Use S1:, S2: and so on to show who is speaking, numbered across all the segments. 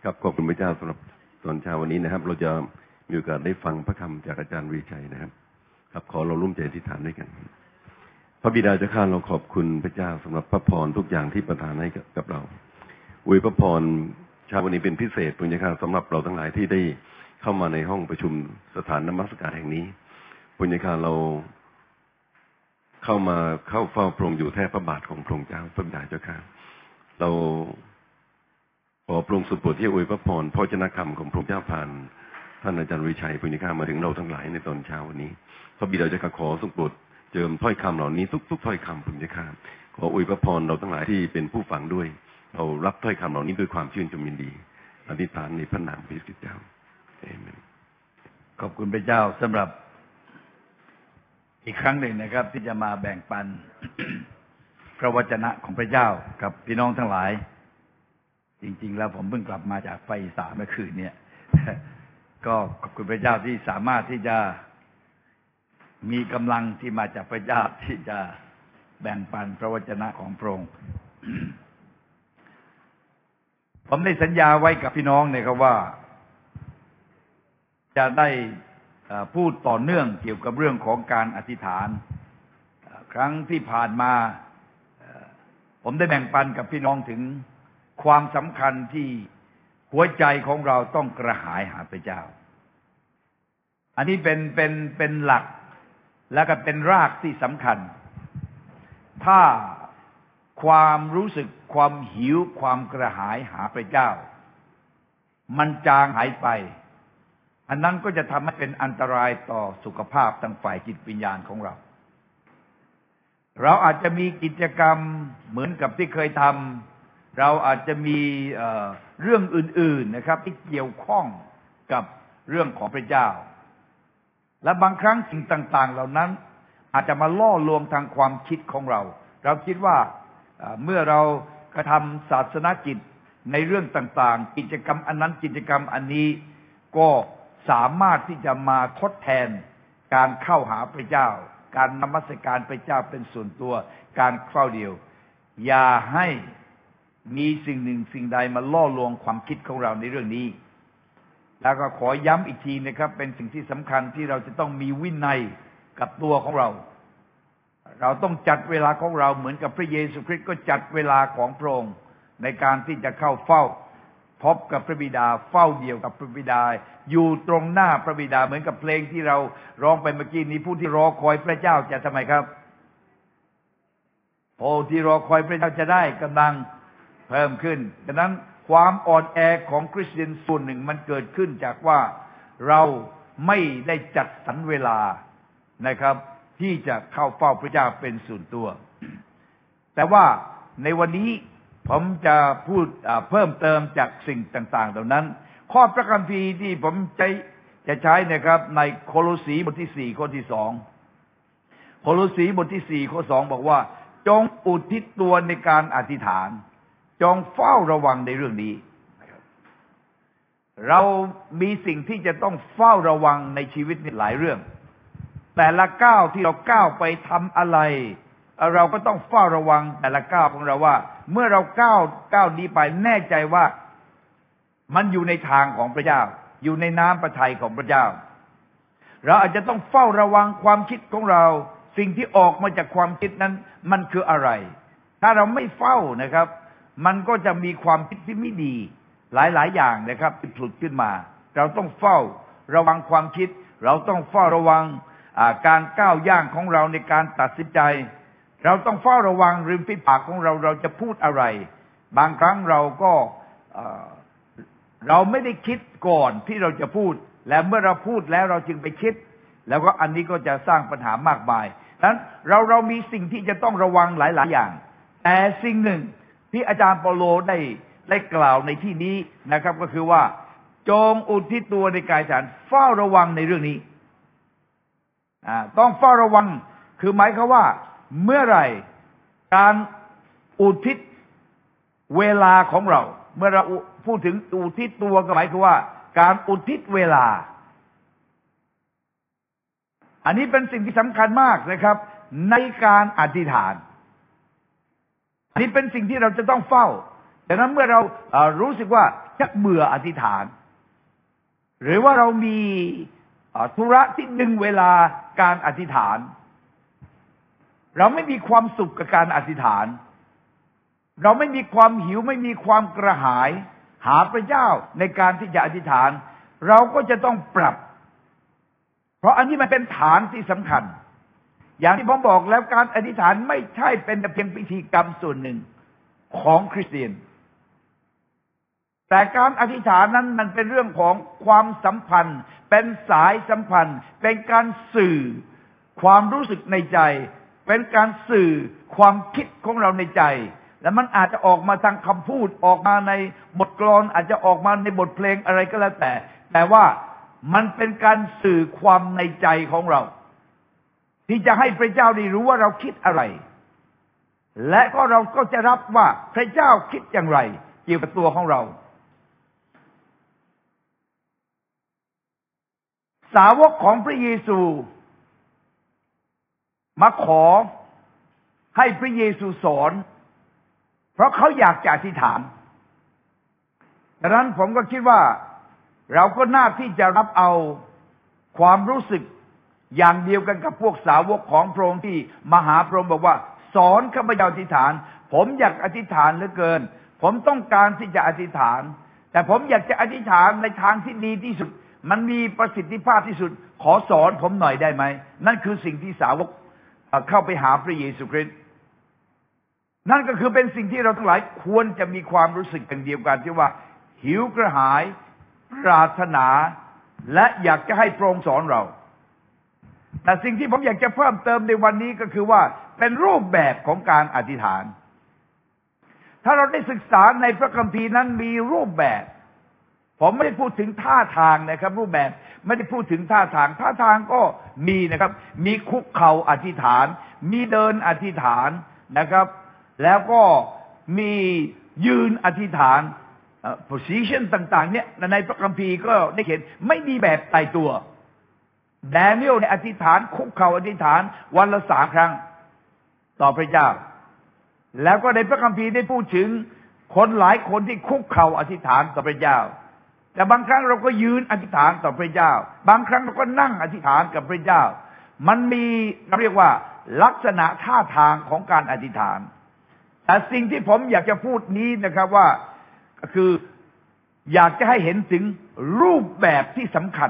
S1: ครับขอบคุณพระเจ้าสำหรับตอนเช้าวันนี้นะครับเราจะมีโอกาสได้ฟังพระคำจากอาจารย์วีชัยนะครับครับขอเราร่วมใจอธิษฐานด้วยกันพระบิดาเจ้าข้าเราขอบคุณพระเจ้าสำหรับพระพรทุกอย่างที่ประทานให้กับเราอวยพระพรเช้าวันนี้เป็นพิเศษพระเจ้าข้าสำหรับเราทั้งหลายที่ได้เข้ามาในห้องประชุมสถานนมัสการแห่งนี้พระเจ้าข้าเราเข้าเฝ้าพระองค์อยู่แทบพระบาทของพระองค์เจ้าพระบิดาเจ้าข้าเราขอพระองค์สุดโปรดที่อวยพระพรพระชนะคำของพระเจ้าผ่านท่านอาจารย์วิชัยพุทธิข้ามาถึงเราทั้งหลายในตอนเช้าวันนี้พระบิดาเจ้าข้าขอทรงโปรดเจิมถ้อยคำเหล่านี้ทุกถ้อยคำพุทธิข้าขออวยพระพรเราทั้งหลายที่เป็นผู้ฟังด้วยเรารับถ้อยคำเหล่านี้ด้วยความชื่นชมยินดีอธิษฐานในพระนามพระคริสต์เจ้าอาเมน
S2: ขอบคุณพระเจ้าสำหรับอีกครั้งหนึ่งนะครับที่จะมาแบ่งปัน พระวจนะของพระเจ้ากับพี่น้องทั้งหลายจริงๆแล้วผมเพิ่งกลับมาจากไฟอีสานเมื่อคืนเนี่ยก็ขอบคุณพระเจ้าที่สามารถที่จะมีกำลังที่มาจากพระเจ้าที่จะแบ่งปันพระวจนะของพระองค์ ผมได้สัญญาไว้กับพี่น้องเนี่ยครับว่าจะได้พูดต่อเนื่องเกี่ยวกับเรื่องของการอธิษฐานครั้งที่ผ่านมาผมได้แบ่งปันกับพี่น้องถึงความสำคัญที่หัวใจของเราต้องกระหายหาพระเจ้าอันนี้เป็นหลักและก็เป็นรากที่สำคัญถ้าความรู้สึกความหิวความกระหายหาพระเจ้ามันจางหายไปอันนั้นก็จะทำให้เป็นอันตรายต่อสุขภาพทางฝ่ายจิตวิญญาณของเราอาจจะมีกิจกรรมเหมือนกับที่เคยทำเราอาจจะมีเรื่องอื่นๆนะครับที่เกี่ยวข้องกับเรื่องของพระเจ้าและบางครั้งสิ่งต่างๆเหล่านั้นอาจจะมาล่อลวงทางความคิดของเราคิดว่าเมื่อเรากระทำศาสนกิจในเรื่องต่างๆกิจกรรมอันนั้นกิจกรรมอันนี้ก็สามารถที่จะมาทดแทนการเข้าหาพระเจ้าการนมัสการพระเจ้าเป็นส่วนตัวการเข้าเดียวอย่าให้มีสิ่งหนึ่งสิ่งใดมาล่อลวงความคิดของเราในเรื่องนี้แล้วก็ขอย้ำอีกทีนะครับเป็นสิ่งที่สำคัญที่เราจะต้องมีวินัยกับตัวของเราต้องจัดเวลาของเราเหมือนกับพระเยซูคริสต์ก็จัดเวลาของพระองค์ในการที่จะเข้าเฝ้าพบกับพระบิดาเฝ้าเดียวกับพระบิดาอยู่ตรงหน้าพระบิดาเหมือนกับเพลงที่เราร้องไปเมื่อกี้นี้ผู้ที่รอคอยพระเจ้าจะทำไมครับผู้ที่รอคอยพระเจ้าจะได้กำลังเพิ่มขึ้นดังนั้นความอ่อนแอของคริสเตียนส่วนหนึ่งมันเกิดขึ้นจากว่าเราไม่ได้จัดสรรเวลานะครับที่จะเข้าเฝ้าพระเจ้าเป็นส่วนตัวแต่ว่าในวันนี้ผมจะพูดเพิ่มเติมจากสิ่งต่างๆเหล่านั้นข้อพระคัมภีร์ที่ผมจะใช้นะครับในโคโลสีบทที่4ข้อที่2โคโลสีบทที่4ข้อ2บอกว่าจงอุทิศตัวในการอธิษฐานจงเฝ้าระวังในเรื่องนี้เรามีสิ่งที่จะต้องเฝ้าระวังในชีวิตนี่หลายเรื่องแต่ละก้าวที่เราก้าวไปทำอะไรเราก็ต้องเฝ้าระวังแต่ละก้าวของเราว่าเมื่อเราก้าวนี้ไปแน่ใจว่ามันอยู่ในทางของพระเจ้าอยู่ในน้ำพระทัยของพระเจ้าเราอาจจะต้องเฝ้าระวังความคิดของเราสิ่งที่ออกมาจากความคิดนั้นมันคืออะไรถ้าเราไม่เฝ้านะครับมันก็จะมีความคิดที่ไม่ดีหลายๆอย่างนะครับที่ผุดขึ้นมาเราต้องเฝ้าระวังความคิดเราต้องเฝ้าระวังการก้าวย่างของเราในการตัดสินใจเราต้องเฝ้าระวังริมฝีปากของเราจะพูดอะไรบางครั้งเราไม่ได้คิดก่อนที่เราจะพูดและเมื่อเราพูดแล้วเราจึงไปคิดแล้วก็อันนี้ก็จะสร้างปัญหามากมายดังนั้นเรามีสิ่งที่จะต้องระวังหลายๆอย่างแต่สิ่งหนึ่งที่อาจารย์เปาโลได้กล่าวในที่นี้นะครับก็คือว่าจงอุทิศตัวในกายฐานเฝ้าระวังในเรื่องนี้ต้องเฝ้าระวังคือหมายความว่าเมื่อไหร่การอุทิศเวลาของเราเมื่อเราพูดถึงอุทิศตัวก็หมายความว่าการอุทิศเวลาอันนี้เป็นสิ่งที่สำคัญมากนะครับในการอธิษฐานอันนี้เป็นสิ่งที่เราจะต้องเฝ้าดังนั้นเมื่อเรารู้สึกว่าชักเบื่ออธิษฐาน หรือว่าเรามีธุระที่ดึงเวลาการอธิษฐาน เราไม่มีความสุขกับการอธิษฐาน เราไม่มีความหิวไม่มีความกระหายหาพระเจ้าในการที่จะอธิษฐาน เราก็จะต้องปรับ เพราะอันนี้มันเป็นฐานที่สำคัญ อย่างที่ผมบอกแล้วการอธิษฐานไม่ใช่เป็นแต่เพียงพิธีกรรมส่วนหนึ่งของคริสเตียน แต่การอธิษฐานนั้นมันเป็นเรื่องของความสัมพันธ์เป็นสายสัมพันธ์เป็นการสื่อความรู้สึกในใจเป็นการสื่อความคิดของเราในใจและมันอาจจะออกมาทางคำพูดออกมาในบทกลอนอาจจะออกมาในบทเพลงอะไรก็แล้วแต่ว่ามันเป็นการสื่อความในใจของเราที่จะให้พระเจ้าได้รู้ว่าเราคิดอะไรและก็เราก็จะรับว่าพระเจ้าคิดอย่างไรเกี่ยวกับตัวของเราสาวกของพระเยซูมาขอให้พระเยซูสอนเพราะเขาอยากจะอธิษฐานดังนั้นผมก็คิดว่าเราก็น่าที่จะรับเอาความรู้สึกอย่างเดียวกันกับพวกสาวกของพระองค์ที่มาหาพระองค์บอกว่าสอนข้าพเจ้าอธิษฐานผมอยากอธิษฐานเหลือเกินผมต้องการที่จะอธิษฐานแต่ผมอยากจะอธิษฐานในทางที่ดีที่สุดมันมีประสิทธิภาพที่สุดขอสอนผมหน่อยได้ไหมนั่นคือสิ่งที่สาวกเข้าไปหาพระเยซูคริสต์นั่นก็คือเป็นสิ่งที่เราทั้งหลายควรจะมีความรู้สึกกันเดียวกันที่ว่าหิวกระหายปรารถนาและอยากจะให้พระองค์สอนเราแต่สิ่งที่ผมอยากจะเพิ่มเติมในวันนี้ก็คือว่าเป็นรูปแบบของการอธิษฐานถ้าเราได้ศึกษาในพระคัมภีร์นั้นมีรูปแบบผมไม่ได้พูดถึงท่าทางนะครับรูปแบบไม่ได้พูดถึงท่าทางก็มีนะครับมีคุกเข่าอธิษฐานมีเดินอธิษฐานนะครับแล้วก็มียืนอธิษฐานposition ต่างๆเนี่ยในพระคัมภีร์ก็ได้เขียนไม่มีแบบตายตัวแดเนียลในอธิษฐานคุกเข่าอธิษฐานวันละ3 ครั้งต่อพระเจ้าแล้วก็ในพระคัมภีร์ได้พูดถึงคนหลายคนที่คุกเข่าอธิษฐานต่อพระเจ้าแต่บางครั้งเราก็ยืนอธิษฐานต่อพระเจ้าบางครั้งเราก็นั่งอธิษฐานกับพระเจ้ามันมีเรียกว่าลักษณะท่าทางของการอธิษฐานแต่สิ่งที่ผมอยากจะพูดนี้นะครับว่าคืออยากจะให้เห็นถึงรูปแบบที่สำคัญ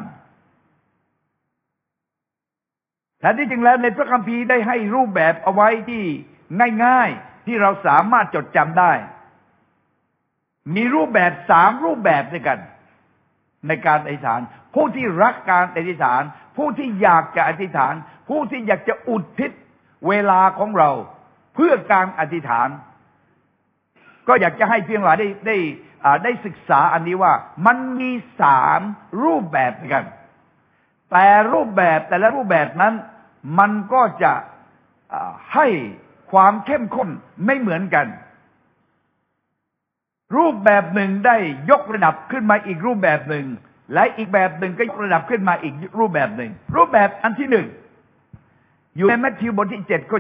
S2: แต่ที่จริงแล้วในพระคัมภีร์ได้ให้รูปแบบเอาไว้ที่ง่ายๆที่เราสามารถจดจำได้มีรูปแบบ3 รูปแบบด้วยกันในการอธิษฐานผู้ที่รักการอธิษฐานผู้ที่อยากจะอธิษฐานผู้ที่อยากจะอุทิศเวลาของเราเพื่อการอธิษฐานก็อยากจะให้เพียงหลายได้ศึกษาอันนี้ว่ามันมี3 รูปแบบด้วยกันแต่รูปแบบแต่ละรูปแบบนั้นมันก็จะให้ความเข้มข้นไม่เหมือนกันรูปแบบหนึ่งได้ยกระดับขึ้นมาอีกรูปแบบหนึ่งและอีกแบบหนึ่งก็ยกระดับขึ้นมาอีกรูปแบบหนึ่งรูปแบบอันที่1อยู่ในมัทธิวบทที่7 ข้อ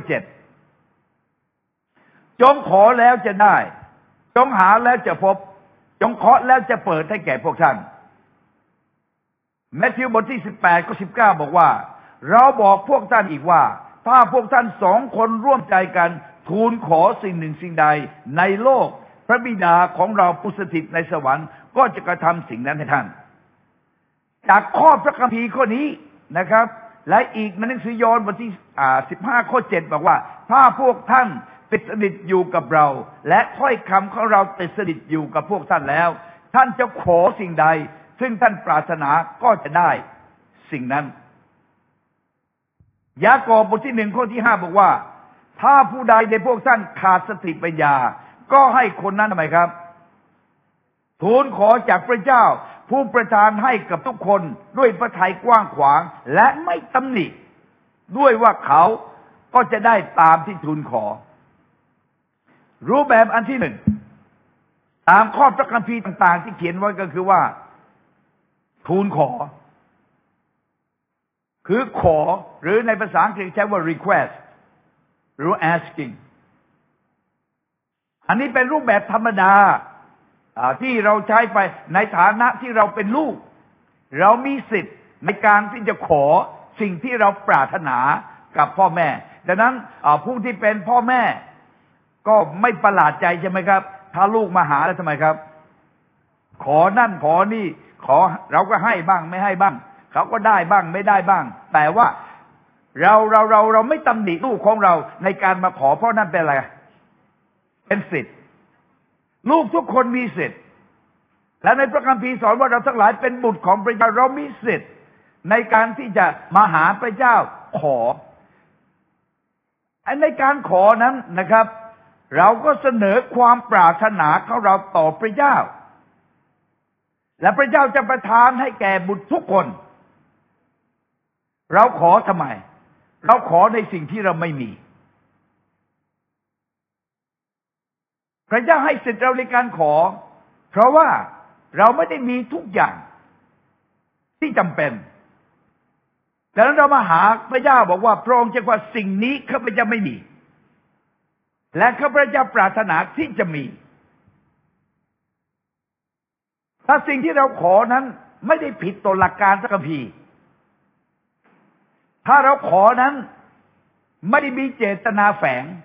S2: 7จงขอแล้วจะได้จงหาแล้วจะพบจงเคาะแล้วจะเปิดให้แก่พวกท่านมัทธิวบทที่18 ข้อ 19บอกว่าเราบอกพวกท่านอีกว่าถ้าพวกท่าน2 คนร่วมใจกันทูลขอสิ่งหนึ่งสิ่งใดในโลกพระบิดาของเราผู้สถิตในสวรรค์ก็จะกระทำสิ่งนั้นให้ท่านจากข้อพระคัมภีร์ข้อนี้นะครับและอีกในหนังสือยอห์นบทที่15 ข้อ 7บอกว่าถ้าพวกท่านติดสนิทอยู่กับเราและถ้อยคำของเราติดสนิทอยู่กับพวกท่านแล้วท่านจะขอสิ่งใดซึ่งท่านปรารถนาก็จะได้สิ่งนั้นยากอบบทที่1 ข้อที่ 5บอกว่าถ้าผู้ใดในพวกท่านขาดสติปัญญาก็ให้คนนั้นทำไมครับทูลขอจากพระเจ้าผู้ประทานให้กับทุกคนด้วยพระทัยกว้างขวางและไม่ตำหนิด้วยว่าเขาก็จะได้ตามที่ทูลขอรูปแบบอันที่1ตามข้อพระคัมภีร์ต่างๆที่เขียนไว้ก็คือว่าทูลขอคือขอหรือในภาษาอังกฤษใช้ว่า request หรือ asking อันนี้เป็นรูปแบบธรรมดาที่เราใช้ไปในฐานะที่เราเป็นลูกเรามีสิทธิ์ในการที่จะขอสิ่งที่เราปรารถนากับพ่อแม่ดังนั้นผู้ที่เป็นพ่อแม่ก็ไม่ประหลาดใจใช่ไหมครับถ้าลูกมาหาแล้วทำไมครับขอนั่นขอนี่ขอเราก็ให้บ้างไม่ให้บ้างเขาก็ได้บ้างไม่ได้บ้างแต่ว่าเราไม่ตำหนิลูกของเราในการมาขอเพราะนั่นเป็นอะไรเป็นสิทธิ์ลูกทุกคนมีสิทธิ์และในพระคัมภีร์สอนว่าเราทั้งหลายเป็นบุตรของพระเจ้าเรามีสิทธิ์ในการที่จะมาหาพระเจ้าขอในการขอนั้นนะครับเราก็เสนอความปรารถนาของเราต่อพระเจ้าและพระเจ้าจะประทานให้แก่บุตรทุกคนเราขอทำไมเราขอในสิ่งที่เราไม่มีพระเจ้าให้สิทธิ์เราในการขอเพราะว่าเราไม่ได้มีทุกอย่างที่จำเป็นดังนั้นเรามาหาพระเจ้าบอกว่าพระองค์จะว่าสิ่งนี้ข้าพเจ้าไม่มีและข้าพเจ้าปรารถนาที่จะมีถ้าสิ่งที่เราขอนั้นไม่ได้ผิดต่อหลักการพระคัมภีร์ถ้าเราขอนั้นไม่ได้มีเจตนาแฝง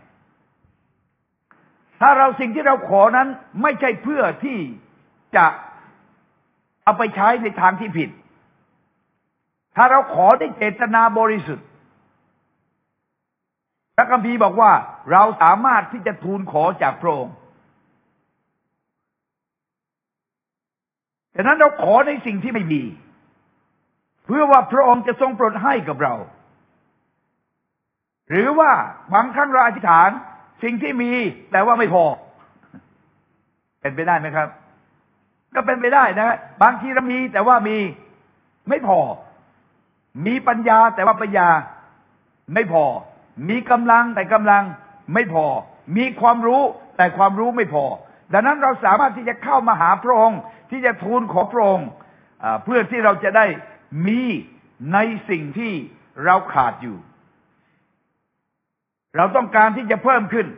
S2: ถ้าเราสิ่งที่เราขอนั้นไม่ใช่เพื่อที่จะเอาไปใช้ในทางที่ผิดถ้าเราขอได้เจตนาบริสุทธิ์พระคัมภีร์บอกว่าเราสามารถที่จะทูลขอจากพระองค์ดังนั้นเราขอในสิ่งที่ไม่มีเพื่อว่าพระองค์จะทรงโปรดให้กับเราหรือว่าบางครั้งเราอธิษฐานสิ่งที่มีแต่ว่าไม่พอเป็นไปได้ไหมครับก็เป็นไปได้นะบางทีเรามีแต่ว่ามีไม่พอมีปัญญาแต่ว่าปัญญาไม่พอมีกำลังแต่กำลังไม่พอมีความรู้แต่ความรู้ไม่พอดังนั้นเราสามารถที่จะเข้ามาหาพระองค์ที่จะทูลขอพระองค์เพื่อที่เราจะได้มีในสิ่งที่เราขาดอยู่เราต้องการที่จะเพิ่มขึ้น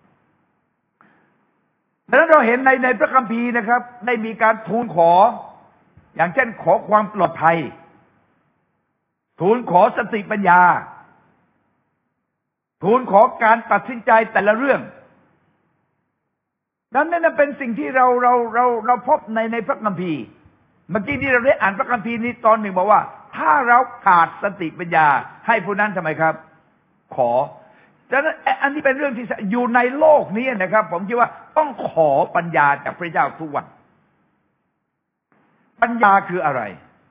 S2: ดังนั้นเราเห็นในพระคัมภีร์นะครับได้มีการทูลขออย่างเช่นขอความปลอดภัยทูลขอสติปัญญาทูลขอการตัดสินใจแต่ละเรื่องนั่นเป็นสิ่งที่เราพบในพระคัมภีร์เมื่อกี้ที่เราได้อ่านพระคัมภีร์นี้ตอนหนึ่งบอกว่าถ้าเราขาดสติปัญญาให้ผู้นั้นทำไมครับขอดังนั้นอันนี้เป็นเรื่องที่อยู่ในโลกนี้นะครับผมคิดว่าต้องขอปัญญาจากพระเจ้าทุกวันปัญญาคืออะไร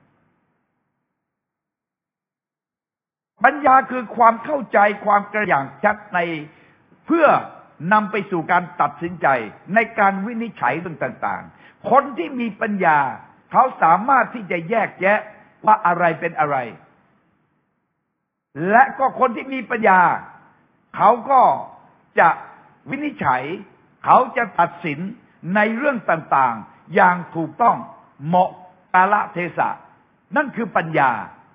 S2: ปัญญาคือความเข้าใจความกระจ่างชัดในเพื่อนำไปสู่การตัดสินใจในการวินิจฉัยเรื่องต่างๆคนที่มีปัญญาเขาสามารถที่จะแยกแยะว่าอะไรเป็นอะไรและก็คนที่มีปัญญาเขาก็จะวินิจฉัยเขาจะตัดสินในเรื่องต่างๆอย่างถูกต้องเหมาะกาลเทศะนั่นคือปัญญา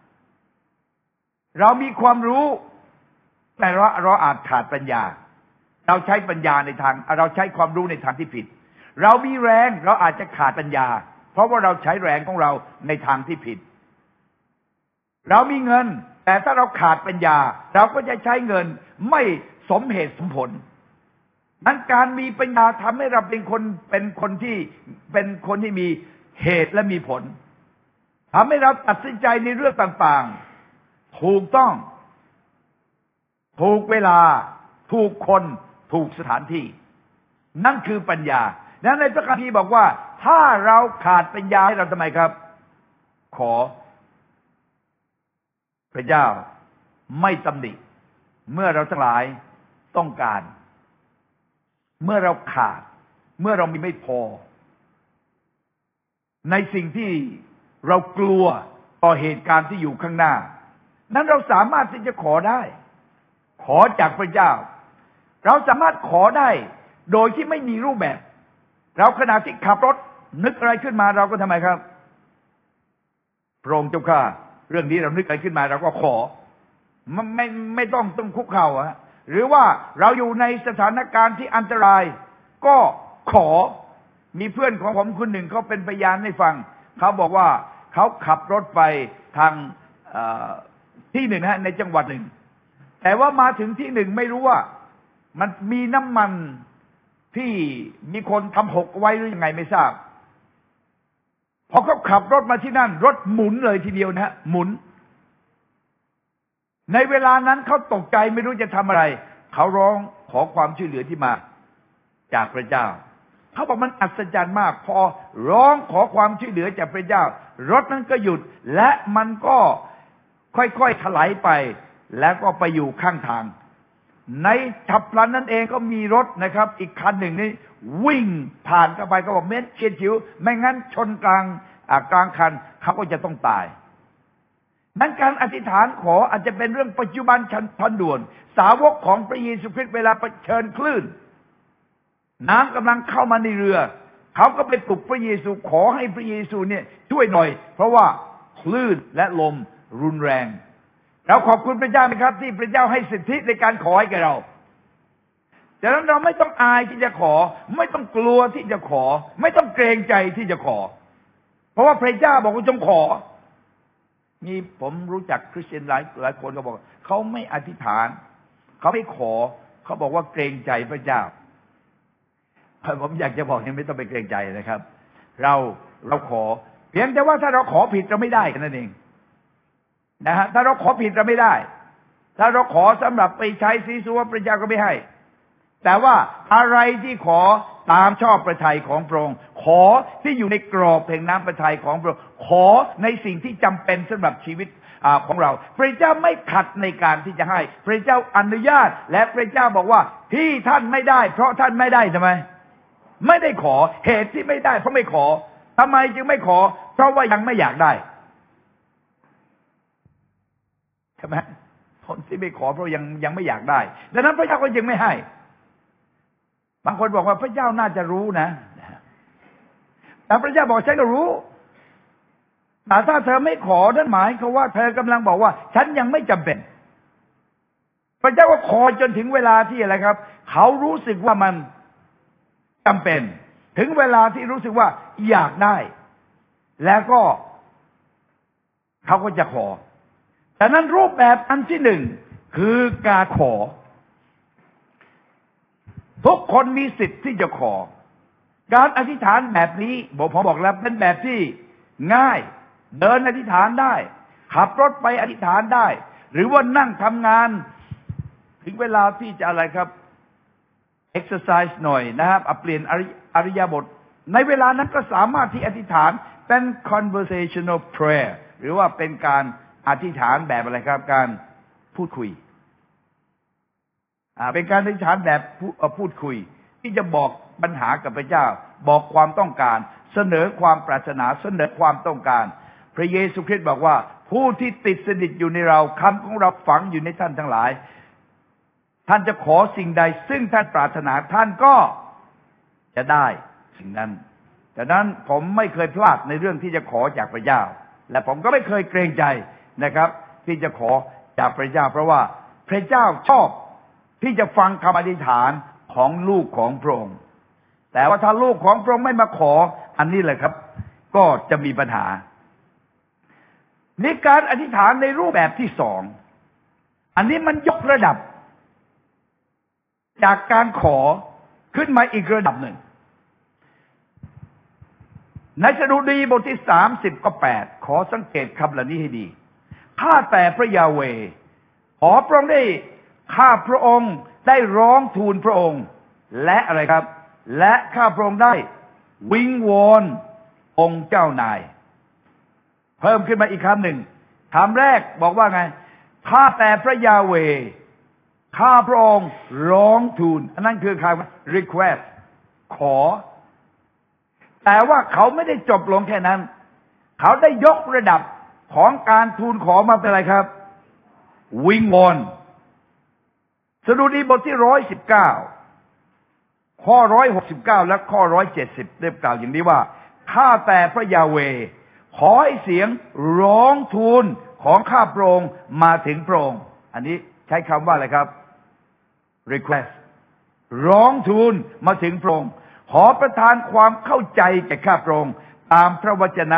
S2: เรามีความรู้แต่เราอาจขาดปัญญาเราใช้ปัญญาในทางเราใช้ความรู้ในทางที่ผิดเรามีแรงเราอาจจะขาดปัญญาเพราะว่าเราใช้แรงของเราในทางที่ผิดเรามีเงินแต่ถ้าเราขาดปัญญาเราก็จะใช้เงินไม่สมเหตุสมผลนั้นการมีปัญญาทำให้เราเป็นคนที่มีเหตุและมีผลทำให้เราตัดสินใจในเรื่องต่างๆถูกต้องถูกเวลาถูกคนถูกสถานที่นั่นคือปัญญานั้นในพระคัมภีร์บอกว่าถ้าเราขาดปัญญาให้เราทำไมครับขอพระเจ้าไม่ตำหนิเมื่อเราทั้งหลายต้องการเมื่อเราขาดเมื่อเรามีไม่พอในสิ่งที่เรากลัวต่อเหตุการณ์ที่อยู่ข้างหน้านั้นเราสามารถที่จะขอได้ขอจากพระเจ้าเราสามารถขอได้โดยที่ไม่มีรูปแบบเราขณะที่ขับรถนึกอะไรขึ้นมาเราก็ทำไมครับพระองค์เจ้าข้าเรื่องนี้เรานึกอะไรขึ้นมาเราก็ขอไม่ต้องคุกเข่าหรือว่าเราอยู่ในสถานการณ์ที่อันตรายก็ขอมีเพื่อนของผมคนหนึ่งเขาเป็นพยานให้ฟังเขาบอกว่าเขาขับรถไปทางที่หนึ่งในจังหวัดหนึ่งแต่ว่ามาถึงที่หนึ่งไม่รู้ว่ามันมีน้ำมันที่มีคนทำหกไว้หรือยังไงไม่ทราบพอเขาขับรถมาที่นั่นรถหมุนเลยทีเดียวนะหมุนในเวลานั้นเขาตกใจไม่รู้จะทำอะไรเขาร้องขอความช่วยเหลือที่มาจากพระเจ้าเขาบอกมันอัศจรรย์มากพอร้องขอความช่วยเหลือจากพระเจ้ารถนั้นก็หยุดและมันก็ค่อยๆถลายไปแล้วก็ไปอยู่ข้างทางในฉับพลันนั้นเองก็มีรถนะครับอีกคันหนึ่งนี่วิ่งผ่านเข้าไปก็บอกเม็ดเฉียดฉิวไม่งั้นชนกลางคันเขาก็จะต้องตายนั้นการอธิษฐานขออาจจะเป็นเรื่องปัจจุบันทันด่วนสาวกของพระเยซูคริสต์เวลาเผชิญคลื่นน้ำกำลังเข้ามาในเรือเขาก็ไปปลุกพระเยซูขอให้พระเยซูเนี่ยช่วยหน่อยเพราะว่าคลื่นและลมรุนแรงเราขอบคุณพระเจ้าไหมครับที่พระเจ้าให้สิทธิในการขอให้แก่เราดังนั้นเราไม่ต้องอายที่จะขอไม่ต้องกลัวที่จะขอไม่ต้องเกรงใจที่จะขอเพราะว่าพระเจ้าบอกว่าจงขอมีผมรู้จักคริสเตียนหลายคนก็บอกเขาไม่อธิษฐานเขาไม่ขอเขาบอกว่าเกรงใจพระเจ้าผมอยากจะบอกไม่ต้องไปเกรงใจนะครับเราขอเพียงแต่ว่าถ้าเราขอผิดเราไม่ได้แค่นั้นเองนะฮะถ้าเราขอผิดเราไม่ได้ถ้าเราขอสำหรับไปใช้ซีซัวพระเจ้าก็ไม่ให้แต่ว่าอะไรที่ขอตามชอบพระทัยของพระองค์ขอที่อยู่ในกรอบแห่งน้ำพระทัยของพระองค์ขอในสิ่งที่จำเป็นสำหรับชีวิตของเราพระเจ้าไม่ขัดในการที่จะให้พระเจ้าอนุญาตและพระเจ้าบอกว่าที่ท่านไม่ได้เพราะท่านไม่ได้ทำไมไม่ได้ขอเหตุที่ไม่ได้เพราะไม่ขอทำไมจึงไม่ขอเพราะว่ายังไม่อยากได้ใช่ไหมคนที่ไม่ขอเพราะยังไม่อยากได้ดังนั้นพระเจ้าก็ยังไม่ให้บางคนบอกว่าพระเจ้าน่าจะรู้นะแต่พระเจ้าบอกฉันก็รู้แต่ถ้าเธอไม่ขอนั่นหมายความว่าเธอกำลังบอกว่าฉันยังไม่จำเป็นพระเจ้าก็ขอจนถึงเวลาที่อะไรครับเขารู้สึกว่ามันจำเป็นถึงเวลาที่รู้สึกว่าอยากได้แล้วก็เขาก็จะขอแต่นั้นรูปแบบอันที่หนึ่งคือการขอทุกคนมีสิทธิ์ที่จะขอการอธิษฐานแบบนี้ผมบอกแล้วเป็นแบบที่ง่ายเดินอธิษฐานได้ขับรถไปอธิษฐานได้หรือว่านั่งทำงานถึงเวลาที่จะอะไรครับexercise หน่อยนะครับเปลี่ยนอริยบทในเวลานั้นก็สามารถที่อธิษฐานเป็น conversational prayer หรือว่าเป็นการอธิษฐานแบบอะไรครับการพูดคุยเป็นการอธิษฐานแบบพูดคุยที่จะบอกปัญหากับพระเจ้าบอกความต้องการเสนอความปรารถนาเสนอความต้องการพระเยซูคริสต์บอกว่าผู้ที่ติดสนิทอยู่ในเราคำของเราฝังอยู่ในท่านทั้งหลายท่านจะขอสิ่งใดซึ่งท่านปรารถนาท่านก็จะได้สิ่งนั้นดังนั้นผมไม่เคยพลาดในเรื่องที่จะขอจากพระเจ้าและผมก็ไม่เคยเกรงใจนะครับที่จะขอจากพระเจ้าเพราะว่าพระเจ้าชอบที่จะฟังคำอธิษฐานของลูกของพระองค์แต่ว่าถ้าลูกของพระองค์ไม่มาขออันนี้แหละครับก็จะมีปัญหานี่การอธิษฐานในรูปแบบที่สองอันนี้มันยกระดับจากการขอขึ้นมาอีกระดับหนึ่งในสดุดีบทที่30 ข้อ 8ขอสังเกตคำเหล่านี้ให้ดีข้าแต่พระยาเวห์ขอพระองค์ได้ข้าพระองค์ได้ร้องทูลพระองค์และอะไรครับและข้าพระองค์ได้วิงวอนองค์เจ้านายเพิ่มขึ้นมาอีกคำหนึ่งคำแรกบอกว่าไงข้าแต่พระยาเวห์ข้าพระองค์ร้องทูลอันนั้นคือคำ request ขอแต่ว่าเขาไม่ได้จบลงแค่นั้นเขาได้ยกระดับของการทูลขอมาเป็นอะไรครับวิงวอนสดุดีบทที่119ข้อ169และข้อ170ได้กล่าวอย่างนี้ว่าข้าแต่พระยาเวห์ขอให้เสียงร้องทูลของข้าพระองค์มาถึงพระองค์อันนี้ใช้คำว่าอะไรครับ request ร้องทูลมาถึงพระองค์ขอประทานความเข้าใจแก่ข้าพระองค์ตามพระวจนะ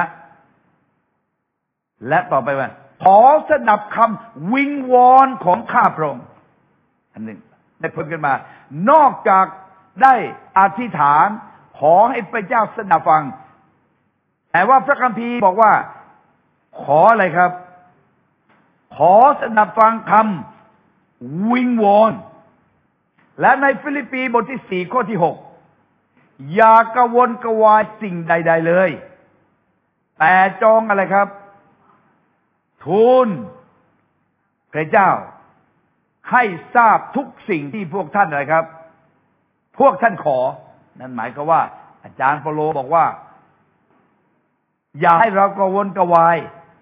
S2: และต่อไปว่าขอสนับคำวิงวอนของข้าพระองค์อันหนึ่งได้เพิ่มขึ้นมานอกจากได้อธิษฐานขอให้พระเจ้าสนับฟังแต่ว่าพระคัมภีร์บอกว่าขออะไรครับขอสนับฟังคำวิงวอนและในฟิลิปปีบทที่4ข้อที่6อย่ากระวนกระวายสิ่งใดๆเลยแต่จงอะไรครับทูลพระเจ้าให้ทราบทุกสิ่งที่พวกท่านอะไรครับพวกท่านขอนั่นหมายความว่าอาจารย์เปาโลบอกว่าอย่าให้เรากระวนกระวาย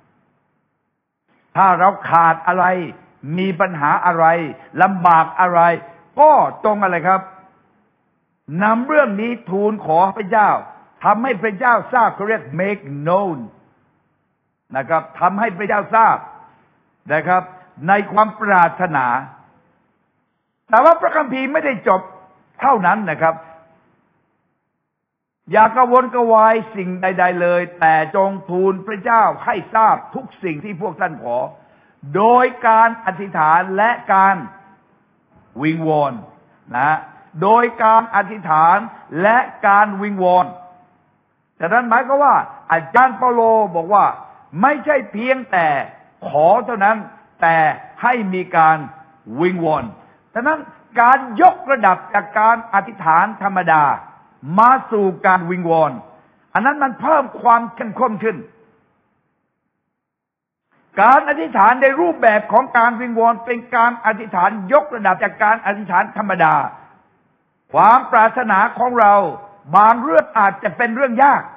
S2: ถ้าเราขาดอะไรมีปัญหาอะไรลำบากอะไรก็ตรงอะไรครับนำเรื่องนี้ทูลขอพระเจ้าทำให้พระเจ้าทราบเขาเรียก make known นะครับทำให้พระเจ้าทราบนะครับในความปรารถนาแต่ว่าพระคัมภีร์ไม่ได้จบเท่านั้นนะครับอย่ากระวนกระวายสิ่งใดๆเลยแต่จงทูลพระเจ้าให้ทราบทุกสิ่งที่พวกท่านขอโดยการอธิษฐานและการวิงวอนนะโดยการอธิษฐานและการวิงวอนแต่นั้นหมายก็ว่าอาจารย์เปาโลบอกว่าไม่ใช่เพียงแต่ขอเท่านั้นแต่ให้มีการวิงวอนฉะนั้นการยกระดับจากการอธิษฐานธรรมดามาสู่การวิงวอนอันนั้นมันเพิ่มความเข้มข้นขึ้นการอธิษฐานในรูปแบบของการวิงวอนเป็นการอธิษฐานยกระดับจากการอธิษฐานธรรมดาความปรารถนาของเราบางเรื่องอาจจะเป็นเรื่องยาก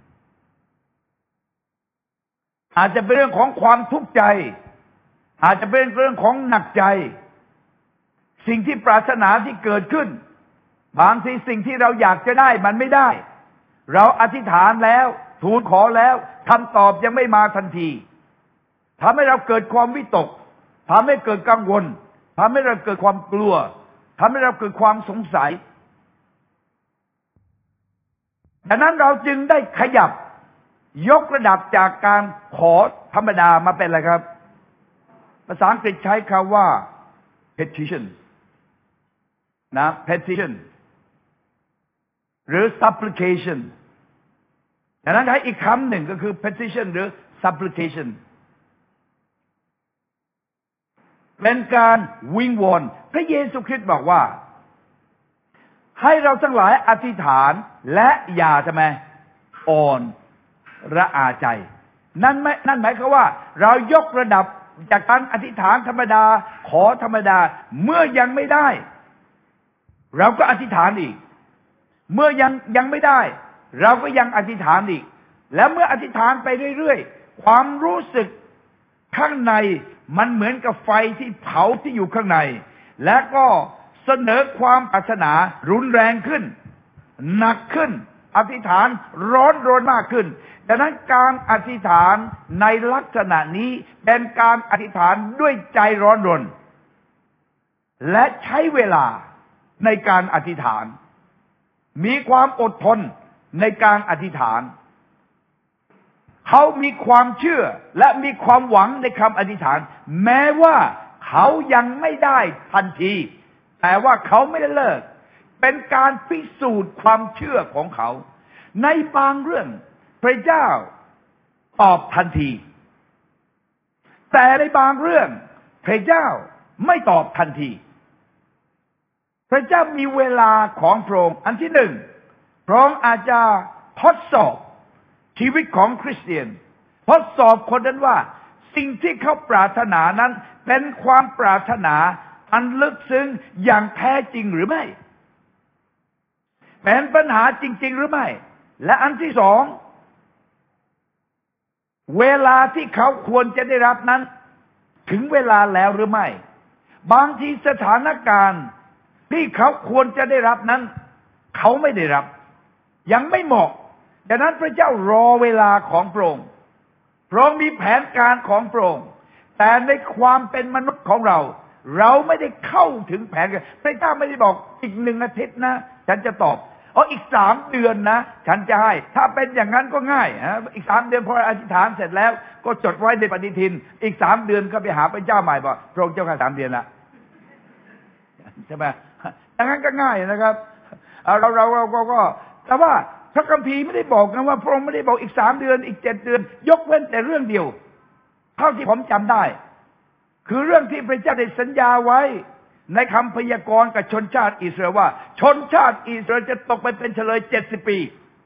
S2: อาจจะเป็นเรื่องของความทุกข์ใจอาจจะเป็นเรื่องของหนักใจสิ่งที่ปรารถนาที่เกิดขึ้นบางทีสิ่งที่เราอยากจะได้มันไม่ได้เราอธิษฐานแล้วทูลขอแล้วคำตอบยังไม่มาทันทีทำให้เราเกิดความวิตกทำให้เกิดกังวลทำให้เราเกิดความกลัวทำให้เราเกิดความสงสัยดังนั้นเราจึงได้ขยับยกระดับจากการขอธรรมดามาเป็นอะไรครับภาษาอังกฤษใช้คำว่า petition นะ petition หรือ supplication ดังนั้นใช้อีกคำหนึ่งก็คือ petition หรือ supplication เป็นการวิงวอนพระเยซูคริสต์บอกว่าให้เราทั้งหลายอธิษฐานและอย่าทำไมอ่อนระอาใจนั่นหมายความว่าเรายกระดับจากการอธิษฐานธรรมดาขอธรรมดาเมื่อยังไม่ได้เราก็อธิษฐานอีกเมื่อยังไม่ได้เราก็ยังอธิษฐานอีกแล้วเมื่ออธิษฐานไปเรื่อยๆความรู้สึกข้างในมันเหมือนกับไฟที่เผาที่อยู่ข้างในและก็เสนอความปรารถนารุนแรงขึ้นหนักขึ้นอธิษฐานร้อนรนมากขึ้นดังนั้นการอธิษฐานในลักษณะนี้เป็นการอธิษฐานด้วยใจร้อนรนและใช้เวลาในการอธิษฐานมีความอดทนในการอธิษฐานเขามีความเชื่อและมีความหวังในคำอธิษฐานแม้ว่าเขายังไม่ได้ทันทีแต่ว่าเขาไม่ได้เลิกเป็นการพิสูจน์ความเชื่อของเขาในบางเรื่องพระเจ้าตอบทันทีแต่ในบางเรื่องพระเจ้าไม่ตอบทันทีพระเจ้ามีเวลาของพระองค์อันที่หนึ่งพระองค์อาจจะทดสอบชีวิตของคริสเตียนทดสอบคนนั้นว่าสิ่งที่เขาปรารถนานั้นเป็นความปรารถนาอันลึกซึ้งอย่างแท้จริงหรือไม่เป็นปัญหาจริงๆหรือไม่และอันที่สองเวลาที่เขาควรจะได้รับนั้นถึงเวลาแล้วหรือไม่บางทีสถานการณ์ที่เขาควรจะได้รับนั้นเขาไม่ได้รับยังไม่เหมาะดังนั้นพระเจ้ารอเวลาของพระองค์พระองค์มีแผนการของพระองค์แต่ในความเป็นมนุษย์ของเราเราไม่ได้เข้าถึงแผนพระเจ้าไม่ได้บอกอีก1 อาทิตย์นะฉันจะตอบอีก3 เดือนนะฉันจะให้ถ้าเป็นอย่างนั้นก็ง่ายอีก3 เดือนพออธิษฐานเสร็จแล้วก็จดไว้ในปฏิทินอีก3 เดือนก็ไปหาพระเจ้าใหม่บอกพระองค์เจ้าข้า3 เดือนละใช่ไหมอย่างนั้นก็ง่ายนะครับเราก็แต่ว่าพระคัมภีร์ไม่ได้บอกนะว่าพระองค์ไม่ได้บอกอีก3 เดือนอีก7 เดือนยกเว้นแต่เรื่องเดียวเท่าที่ผมจำได้คือเรื่องที่พระเจ้าได้สัญญาไว้ในคำพยากรณ์กับชนชาติอิสราเอลว่าชนชาติอิสราเอลจะตกไปเป็นเฉลย70 ปี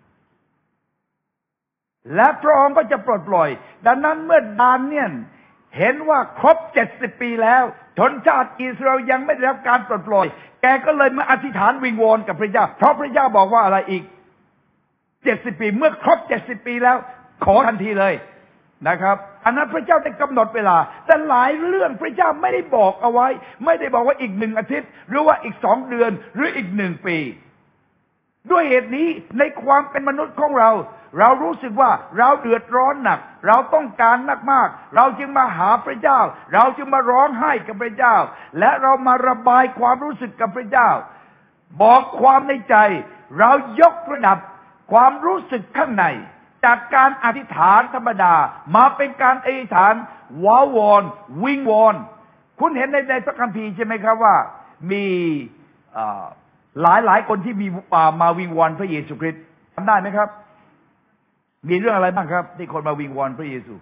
S2: และพระองค์ก็จะปลดปล่อยดังนั้นเมื่อดาเนียลเห็นว่าครบ70 ปีแล้วชนชาติอิสราเอลยังไม่ได้รับการปลดปล่อยแกก็เลยมาอธิษฐานวิงวอนกับพระเจ้าเพราะพระเจ้าบอกว่าอะไรอีก70 ปีเมื่อครบ70 ปีแล้วขอทันทีเลยนะครับอันนั้นพระเจ้าได้กำหนดเวลาแต่หลายเรื่องพระเจ้าไม่ได้บอกเอาไว้ไม่ได้บอกว่าอีก1 อาทิตย์หรือว่าอีก2 เดือนหรืออีก1 ปีด้วยเหตุนี้ในความเป็นมนุษย์ของเรารู้สึกว่าเราเดือดร้อนหนักเราต้องการมากๆเราจึงมาหาพระเจ้าเราจึงมาร้องไห้กับพระเจ้าและเรามาระบายความรู้สึกกับพระเจ้าบอกความในใจเรายกระดับความรู้สึกข้างในจากการอธิษฐานธรรมดามาเป็นการอธิษฐานว้าวอนวิงวอนคุณเห็นในพระคัมภีร์ใช่ไหมครับว่ามีหลายคนที่มีมาวิงวอนพระเยซูคริสต์ทำได้ไหมครับมีเรื่องอะไรบ้างครับที่คนมาวิงวอนพระเยซู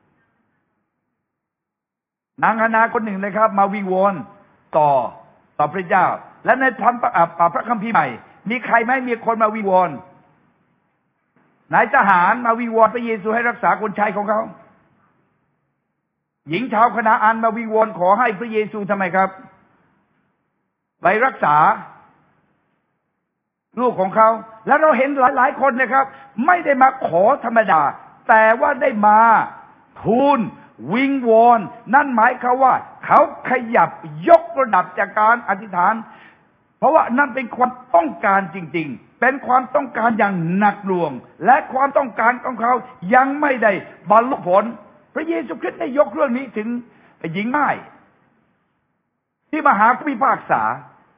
S2: นางฮานาคนหนึ่งนะครับมาวิงวอนต่อพระเจ้าและในพระคัมภีร์ใหม่มีใครไหมมีคนมาวิงวอนนายทหารมาวิงวอนพระเยซูให้รักษาคนใช้ของเขาหญิงชาวคณาอันมาวิงวอนขอให้พระเยซูทำไมครับไปรักษาลูกของเขาแล้วเราเห็นหลายคนนะครับไม่ได้มาขอธรรมดาแต่ว่าได้มาทูลวิงวอนนั่นหมายความว่าเขาขยับยกระดับจากการอธิษฐานเพราะว่านั่นเป็นความต้องการจริงๆเป็นความต้องการอย่างหนักหน่วงและความต้องการของเขายังไม่ได้บรรลุผลพระเยซูคริสต์ได้ยกเรื่องนี้ถึงหญิงม่ายที่มาหาผู้พิพากษา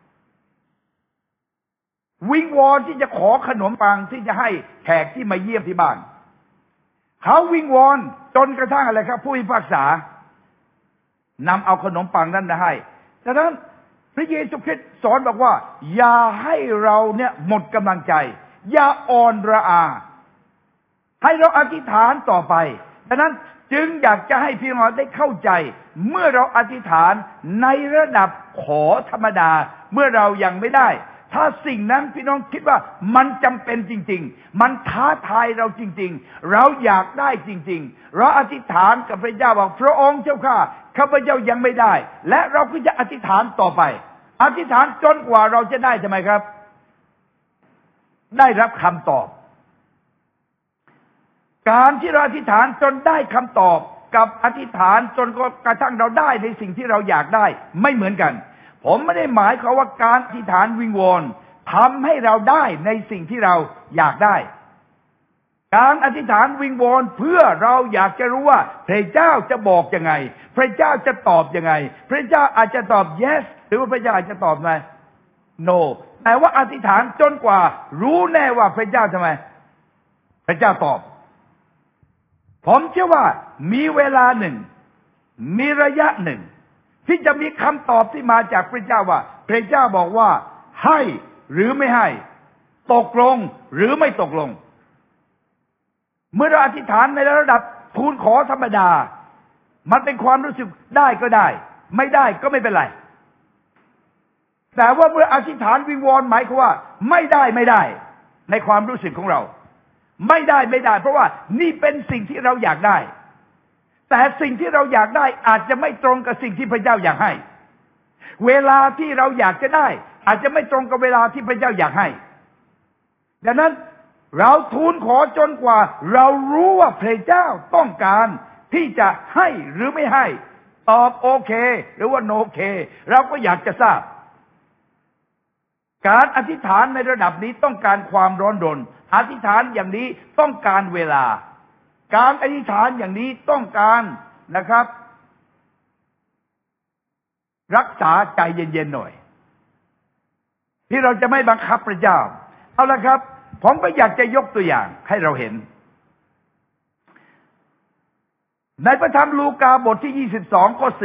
S2: วิงวอนที่จะขอขนมปังที่จะให้แขกที่มาเยี่ยมที่บ้านเขาวิงวอนจนกระทั่งอะไรครับผู้พิพากษานำเอาขนมปังนั้นมาให้ดังนั้นพระเยซูคริสต์สอนบอกว่าอย่าให้เราเนี่ยหมดกำลังใจอย่าอ่อนระอาให้เราอธิษฐานต่อไปดังนั้นจึงอยากจะให้พี่น้องได้เข้าใจเมื่อเราอธิษฐานในระดับขอธรรมดาเมื่อเรายังไม่ได้ถ้าสิ่งนั้นพี่น้องคิดว่ามันจำเป็นจริงๆมันท้าทายเราจริงๆเราอยากได้จริงๆเราอธิษฐานกับพระเจ้าบอกพระองค์เจ้าข้าพเจ้ายังไม่ได้และเราก็จะอธิษฐานต่อไปอธิษฐานจนกว่าเราจะได้ใช่ไหมครับได้รับคำตอบการที่เราอธิษฐานจนได้คำตอบกับอธิษฐานจนกระทั่งเราได้ในสิ่งที่เราอยากได้ไม่เหมือนกันผมไม่ได้หมายความว่าการอธิษฐานวิงวอนทำให้เราได้ในสิ่งที่เราอยากได้การอธิษฐานวิงวอนเพื่อเราอยากจะรู้ว่าพระเจ้าจะบอกยังไงพระเจ้าจะตอบยังไงพระเจ้าอาจจะตอบ yes หรือว่าพระเจ้าอาจจะตอบไง no แต่ว่าอธิษฐานจนกว่ารู้แน่ว่าพระเจ้าทำไมพระเจ้าตอบผมเชื่อว่ามีเวลาหนึ่งมีระยะหนึ่งที่จะมีคำตอบที่มาจากพระเจ้าว่าพระเจ้าบอกว่าให้หรือไม่ให้ตกลงหรือไม่ตกลงเมื่อเราอธิษฐานในระดับทูลขอธรรมดามันเป็นความรู้สึกได้ก็ได้ไม่ได้ก็ไม่เป็นไรแต่ว่าเมื่ออธิษฐานวิงวอนหมายความว่าไม่ได้ในความรู้สึกของเราไม่ได้เพราะว่านี่เป็นสิ่งที่เราอยากได้แต่สิ่งที่เราอยากได้อาจจะไม่ตรงกับสิ่งที่พระเจ้าอยากให้เวลาที่เราอยากจะได้อาจจะไม่ตรงกับเวลาที่พระเจ้าอยากให้ดังนั้นเราทูลขอจนกว่าเรารู้ว่าพระเจ้าต้องการที่จะให้หรือไม่ให้ตอบโอเคหรือว่าโนเคเราก็อยากจะทราบการอธิษฐานในระดับนี้ต้องการความร้อนรนอธิษฐานอย่างนี้ต้องการเวลาการอธิษฐานอย่างนี้ต้องการนะครับรักษาใจเย็นๆหน่อยที่เราจะไม่บังคับพระเจ้าเอาละครับผมก็อยากจะยกตัวอย่างให้เราเห็นในพระธรรมลูกาบทที่22ข้อ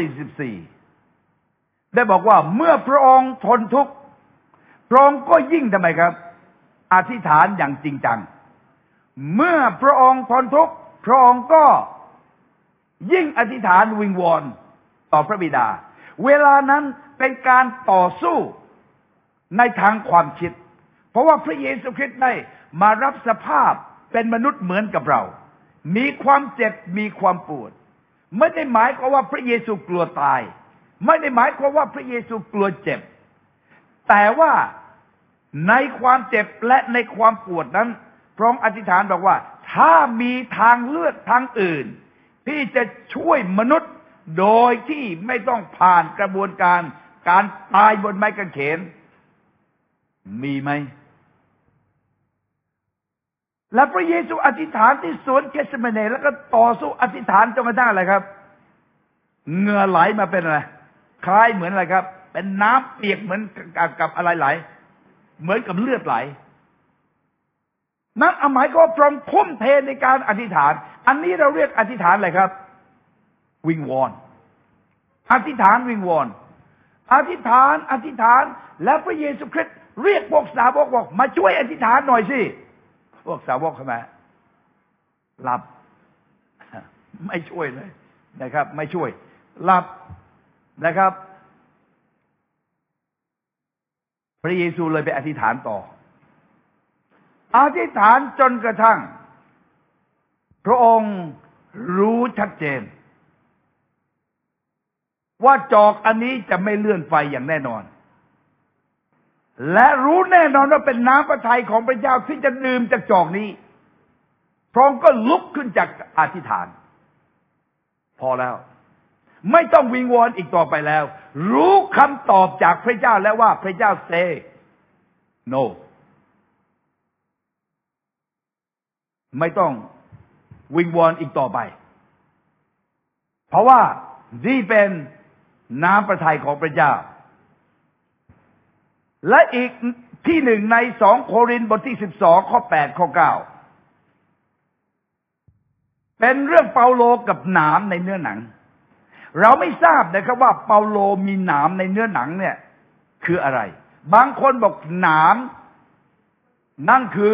S2: 44ได้บอกว่าเมื่อพระองค์ทนทุกข์พระองค์ก็ยิ่งทำไมครับอธิษฐานอย่างจริงจังเมื่อพระองค์ทนทุกข์พระองค์ก็ยิ่งอธิษฐานวิงวอนต่อพระบิดาเวลานั้นเป็นการต่อสู้ในทางความคิดเพราะว่าพระเยซูคริสต์ได้มารับสภาพเป็นมนุษย์เหมือนกับเรามีความเจ็บมีความปวดไม่ได้หมายความว่าพระเยซูกลัวตายไม่ได้หมายความว่าพระเยซูกลัวเจ็บแต่ว่าในความเจ็บและในความปวดนั้นพระองค์อธิษฐานบอกว่าถ้ามีทางเลือกทางอื่นที่จะช่วยมนุษย์โดยที่ไม่ต้องผ่านกระบวนการการตายบนไม้กางเขนมีไหมและพระเยซูอธิษฐานที่สวนเกสเมเนแล้วก็ต่อสู้อธิษฐานจนกระทั่งอะไรครับเหงื่อไหลมาเป็นอะไรคล้ายเหมือนอะไรครับเป็นน้ำเปียกเหมือนกับอะไรไหลเหมือนกับเลือดไหลนั่นหมายก็พระองค์ทุ่มเทในการอธิษฐานอันนี้เราเรียกอธิษฐานอะไรครับวิงวอนอธิษฐานวิงวอนอธิษฐานแล้วพระเยซูคริสต์เรียกพวกสาวกบอกมาช่วยอธิษฐานหน่อยสิพวกสาวกเข้ามาหลับไม่ช่วยเลยนะครับไม่ช่วยหลับนะครับพระเยซูเลยไปอธิษฐานต่ออธิษฐานจนกระทั่งพระองค์รู้ชัดเจนว่าจอกอันนี้จะไม่เลื่อนไฟอย่างแน่นอนและรู้แน่นอนว่าเป็นน้ำพระทัยของพระเจ้าที่จะดื่มจากจอกนี้พระองค์ก็ลุกขึ้นจากอธิษฐานพอแล้วไม่ต้องวิงวอนอีกต่อไปแล้วรู้คำตอบจากพระเจ้าแล้วว่าพระเจ้า say no ไม่ต้องวิงวอนอีกต่อไปเพราะว่านี่เป็นน้ำพระทัยของพระเจ้าและอีกที่หนึ่งใน2โครินธ์บทที่12ข้อ8ข้อ9เป็นเรื่องเปาโลกับหนามในเนื้อหนังเราไม่ทราบนะครับว่าเปาโลมีหนามในเนื้อหนังเนี่ยคืออะไรบางคนบอกหนามนั่นคือ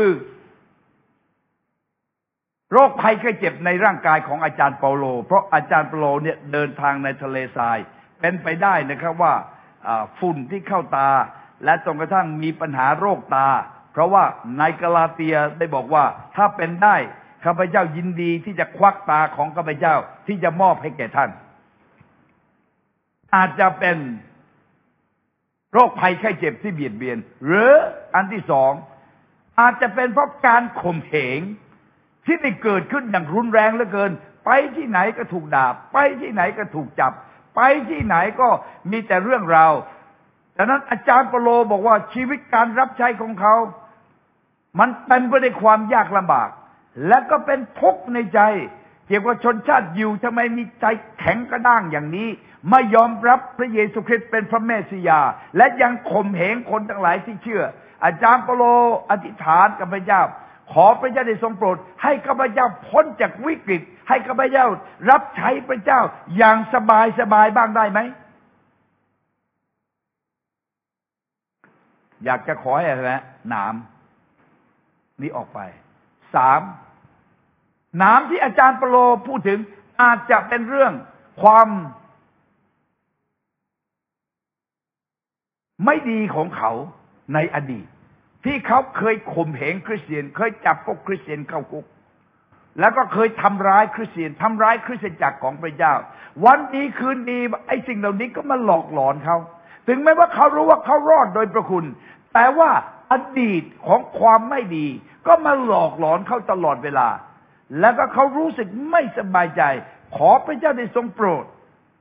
S2: โรคภัยไข้เจ็บในร่างกายของอาจารย์เปาโลเพราะอาจารย์เปาโลเนี่ยเดินทางในทะเลทรายเป็นไปได้นะครับว่าฝุ่นที่เข้าตาและจนกระทั่งมีปัญหาโรคตาเพราะว่าในกาลาเตียได้บอกว่าถ้าเป็นได้ข้าพเจ้ายินดีที่จะควักตาของข้าพเจ้าที่จะมอบให้แก่ท่านอาจจะเป็นโรคภัยไข้เจ็บที่เบียดเบียนหรืออันที่สองอาจจะเป็นเพราะการข่มเหงที่ได้เกิดขึ้นอย่างรุนแรงเหลือเกินไปที่ไหนก็ถูกด่าไปที่ไหนก็ถูกจับไปที่ไหนก็มีแต่เรื่องราวดังนั้นอาจารย์เปโลบอกว่าชีวิตการรับใช้ของเขามันเต็มไปด้วยความยากลำบากและก็เป็นทุกข์ในใจเกี่ยวกับชนชาติยิวทำไมมีใจแข็งกระด้างอย่างนี้ไม่ยอมรับพระเยซูคริสต์เป็นพระเมสสิยาและยังข่มเหงคนทั้งหลายที่เชื่ออาจารย์เปโลอธิษฐานกับพระเจ้าขอพระเจ้าได้ทรงโปรดให้ข้าพเจ้าพ้นจากวิกฤตให้ข้าพเจ้ารับใช้พระเจ้าอย่างสบายบ้างได้ไหมอยากจะขอให้อะไรนะหนามนี้ออกไป3หนามที่อาจารย์เปโลพูดถึงอาจจะเป็นเรื่องความไม่ดีของเขาในอดีตที่เขาเคยข่มเหงคริสเตียนเคยจับพวกคริสเตียนเข้าคุกแล้วก็เคยทำร้ายคริสเตียนทำร้ายคริสตจักรของพระเจ้าวันดีคืนดีไอ้สิ่งเหล่านี้ก็มาหลอกหลอนเขาถึงแม้ว่าเขารู้ว่าเขารอดโดยพระคุณแต่ว่าอดีตของความไม่ดีก็มาหลอกหลอนเขาตลอดเวลาแล้วก็เขารู้สึกไม่สบายใจขอพระเจ้าได้ทรงโปรด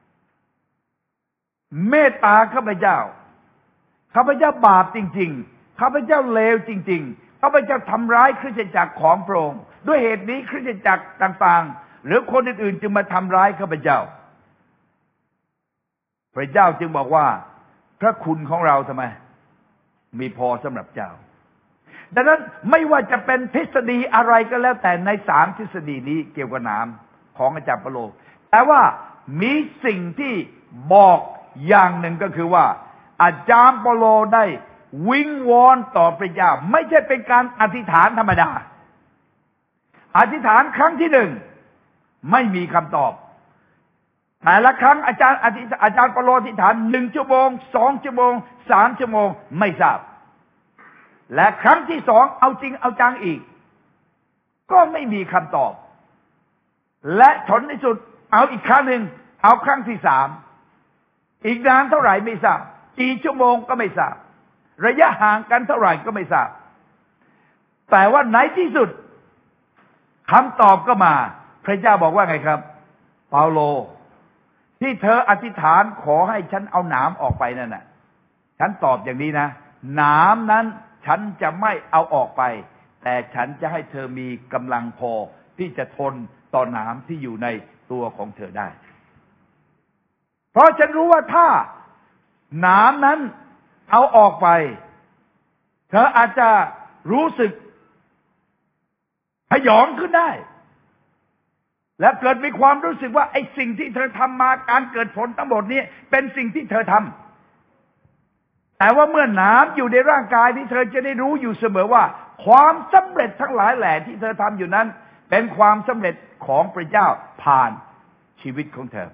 S2: เมตตาข้าพเจ้าข้าพเจ้าบาปจริงๆข้าพเจ้าเลวจริงๆข้าพเจ้าทำร้ายคริสตจักรของพระองค์ด้วยเหตุนี้คริสตจักรต่างๆหรือคนอื่นๆจึงมาทำร้ายข้าพเจ้าพระเจ้าจึงบอกว่าพระคุณของเราทำไมมีพอสำหรับเจ้าดังนั้นไม่ว่าจะเป็นทฤษฎีอะไรก็แล้วแต่ใน3 ทฤษฎีนี้เกี่ยวกับน้ำของอาจารย์เปโลแต่ว่ามีสิ่งที่บอกอย่างหนึ่งก็คือว่าอาจารย์เปโลได้วิงวอนต่อพระเจ้าไม่ใช่เป็นการอธิษฐานธรรมดาอธิษฐานครั้งที่1ไม่มีคำตอบแต่ละครั้งอาจารย์เปโลอธิษฐาน1 ชั่วโมง 2 ชั่วโมง 3 ชั่วโมงไม่ทราบและครั้งที่2เอาจริงเอาจังอีกก็ไม่มีคำตอบและผลที่สุดเอาอีกครั้งหนึ่งเอาครั้งที่3อีกนานเท่าไหร่ไม่ทราบกี่ชั่วโมงก็ไม่ทราบระยะห่างกันเท่าไหร่ก็ไม่ทราบแต่ว่าในที่สุดคำตอบก็มาพระเจ้าบอกว่าไงครับเปาโลที่เธออธิษฐานขอให้ฉันเอาหนามออกไปนั่นน่ะฉันตอบอย่างนี้นะหนามนั้นฉันจะไม่เอาออกไปแต่ฉันจะให้เธอมีกำลังพอที่จะทนต่อหนามที่อยู่ในตัวของเธอได้เพราะฉันรู้ว่าถ้าหนามนั้นเอาออกไปเธออาจจะรู้สึกพยองขึ้นได้และเกิดมีความรู้สึกว่าไอ้สิ่งที่เธอทำมาการเกิดผลทั้งหมดนี้เป็นสิ่งที่เธอทำแต่ว่าเมื่อหนามอยู่ในร่างกายที่เธอจะได้รู้อยู่เสมอว่าความสำเร็จทั้งหลายแหล่ที่เธอทำอยู่นั้นเป็นความสำเร็จของพระเจ้าผ่านชีวิตของเธอ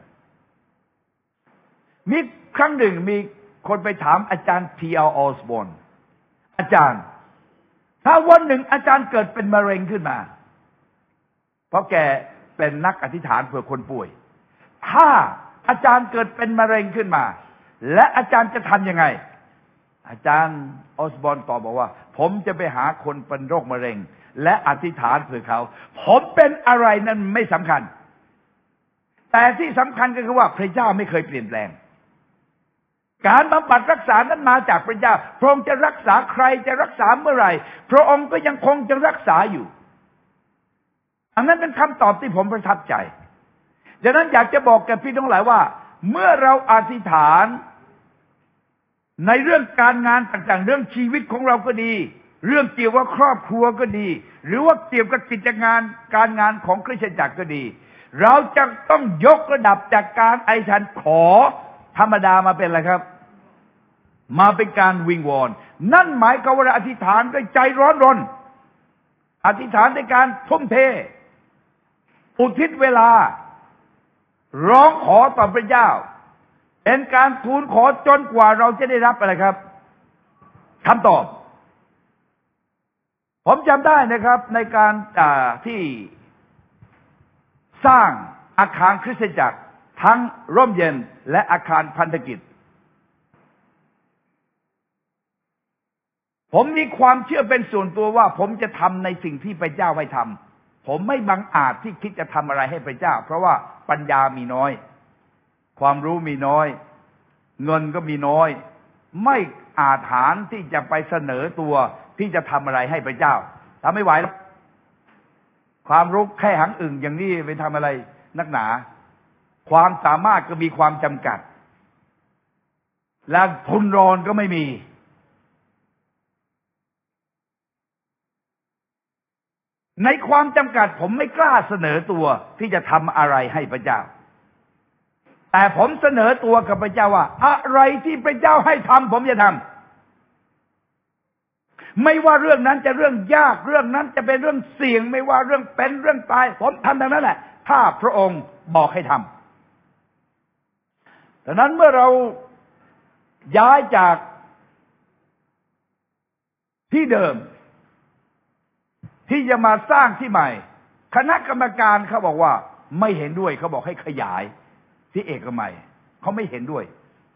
S2: มีครั้งหนึ่งมีคนไปถามอาจารย์ T.L. Osborne อาจารย์ถ้าวันหนึ่งอาจารย์เกิดเป็นมะเร็งขึ้นมาเพราะแกเป็นนักอธิษฐานเพื่อคนป่วยถ้าอาจารย์เกิดเป็นมะเร็งขึ้นมาและอาจารย์จะทำยังไงอาจารย์ออสบอร์นตอบบอกว่าผมจะไปหาคนเป็นโรคมะเร็งและอธิษฐานเพื่อเขาผมเป็นอะไรนั้นไม่สำคัญแต่ที่สำคัญก็คือว่าพระเจ้าไม่เคยเปลี่ยนแปลงการบำบัดรักษานั้นมาจากพระเจ้าพระองค์จะรักษาใครจะรักษาเมื่อไหร่พระองค์ก็ยังคงจะรักษาอยู่อันนั้นเป็นคำตอบที่ผมประทับใจดังนั้นอยากจะบอกแก่พี่ทั้งหลายว่าเมื่อเราอธิษฐานในเรื่องการงานต่างๆเรื่องชีวิตของเราก็ดีเรื่องเกี่ยวกับครอบครัวก็ดีหรือว่าเกี่ยวกับกิจการงานของคริสตจักรก็ดีเราจะต้องยกระดับจากการอธิษฐานขอธรรมดามาเป็นอะไรครับมาเป็นการวิงวอนนั่นหมายความว่าอธิษฐานด้วยใจร้อนรนอธิษฐานในการทุ่มเทอุทิศเวลาร้องขอต่อพระเจ้าเป็นการทูลขอจนกว่าเราจะได้รับอะไรครับคำตอบผมจำได้นะครับในการที่สร้างอาคารคริสตจักรทั้งร่มเย็นและอาคารพันธกิจผมมีความเชื่อเป็นส่วนตัวว่าผมจะทำในสิ่งที่พระเจ้าให้ทำผมไม่บังอาจที่คิดจะทำอะไรให้พระเจ้าเพราะว่าปัญญามีน้อยความรู้มีน้อยเงินก็มีน้อยไม่อาจหาญที่จะไปเสนอตัวที่จะทำอะไรให้พระเจ้าทำไม่ไหวแล้วความรู้แค่หังอึ่งอย่างนี้ไปทำอะไรนักหนาความสามารถก็มีความจำกัดและทุนรอนก็ไม่มีในความจำกัดผมไม่กล้าเสนอตัวที่จะทำอะไรให้พระเจ้าแต่ผมเสนอตัวกับพระเจ้าว่าอะไรที่พระเจ้าให้ทำผมจะทำไม่ว่าเรื่องนั้นจะเรื่องยากเรื่องนั้นจะเป็นเรื่องเสี่ยงไม่ว่าเรื่องเป็นเรื่องตายผมทำทั้งนั้นแหละถ้าพระองค์บอกให้ทำดังนั้นเมื่อเราย้ายจากที่เดิมที่จะมาสร้างที่ใหม่คณะกรรมการเขาบอกว่าไม่เห็นด้วยเขาบอกให้ขยายที่เอกมัยเขาไม่เห็นด้วย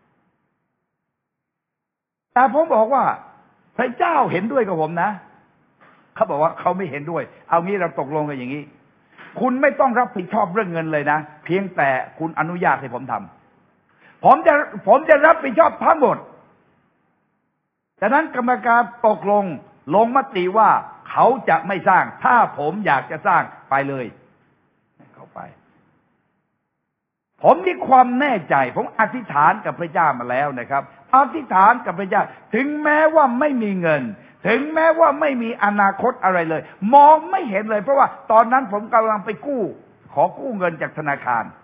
S2: แต่ผมบอกว่าพระเจ้าเห็นด้วยกับผมนะเขาบอกว่าเขาไม่เห็นด้วยเอางี้เราตกลงกันอย่างนี้คุณไม่ต้องรับผิดชอบเรื่องเงินเลยนะเพียงแต่คุณอนุญาตให้ผมทำผมจะรับผิดชอบทั้งหมดฉะนั้นกรรมการตกลงลงมติว่าเขาจะไม่สร้างถ้าผมอยากจะสร้างไปเลยเขาไปผมมีความแน่ใจผมอธิษฐานกับพระเจ้ามาแล้วนะครับอธิษฐานกับพระเจ้าถึงแม้ว่าไม่มีเงินถึงแม้ว่าไม่มีอนาคตอะไรเลยมองไม่เห็นเลยเพราะว่าตอนนั้นผมกำลังไปขอกู้เงินจากธนาคาร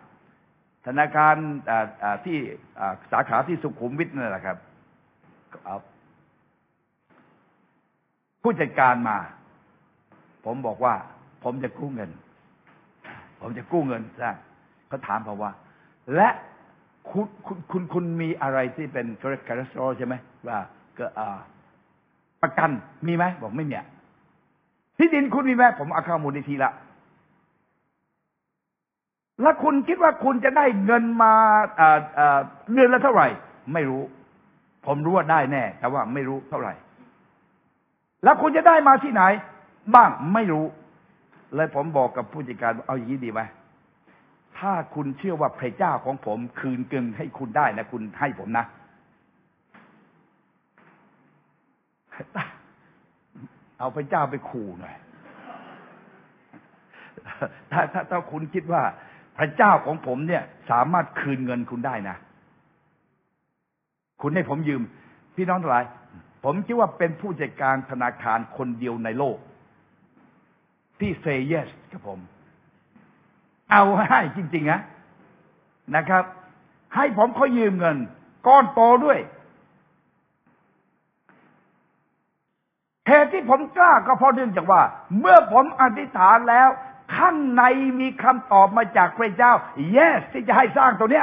S2: ที่สาขาที่สุขุมวิทนั่นแหละครับผู้จัดการมาผมบอกว่าผมจะกู้เงินซะเขาถามผมว่าและคุณมีอะไรที่เป็นคอเลสเตอรอลใช่ไหมว่าประกันมีไหมบอกไม่มีที่ดินคุณมีไหมผมเอาเข้ามูลนิธิละแล้วคุณคิดว่าคุณจะได้เงินมาเงินละเท่าไหร่ไม่รู้ผมรู้ว่าได้แน่แต่ว่าไม่รู้เท่าไหร่แล้วคุณจะได้มาที่ไหนบ้างไม่รู้เลยผมบอกกับผู้จัดการเอาอย่างนี้ดีไหมถ้าคุณเชื่อว่าพระเจ้าของผมคืนเงินให้คุณได้นะคุณให้ผมนะเอาพระเจ้าไปขู่หน่อยถ้าคุณคิดว่าพระเจ้าของผมเนี่ยสามารถคืนเงินคุณได้นะคุณให้ผมยืมพี่น้องทั้งหลายผมคิดว่าเป็นผู้จัดการธนาคารคนเดียวในโลกที่ say yes กับผมเอาให้จริงๆนะครับให้ผมเขายืมเงินก้อนโตด้วยเหตุที่ผมกล้าก็เพราะเนื่องจากว่าเมื่อผมอธิษฐานแล้วข้างในมีคำตอบมาจากพระเจ้า yes ที่จะให้สร้างตัวเนี้ย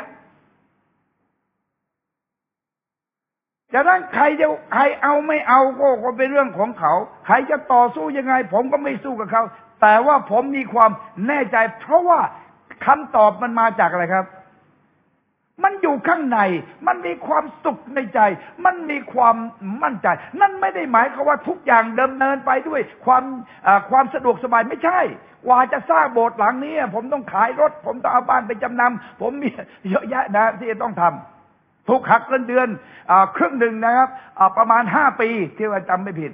S2: จากนั้นใครเอาไม่เอาก็เป็นเรื่องของเขาใครจะต่อสู้ยังไงผมก็ไม่สู้กับเขาแต่ว่าผมมีความแน่ใจเพราะว่าคำตอบมันมาจากอะไรครับมันอยู่ข้างในมันมีความสุขในใจมันมีความมั่นใจนั่นไม่ได้หมายความว่าทุกอย่างดำเนินไปด้วยความสะดวกสบายไม่ใช่กว่าจะสร้างโบสถ์หลังนี้ผมต้องขายรถผมต้องเอาบ้านไปจำนำผมมีเยอะแยะนะที่จะต้องทำถูกหักเงินเดือนครึ่งหนึ่งนะครับประมาณ5 ปีที่ว่าจำไม่ผิด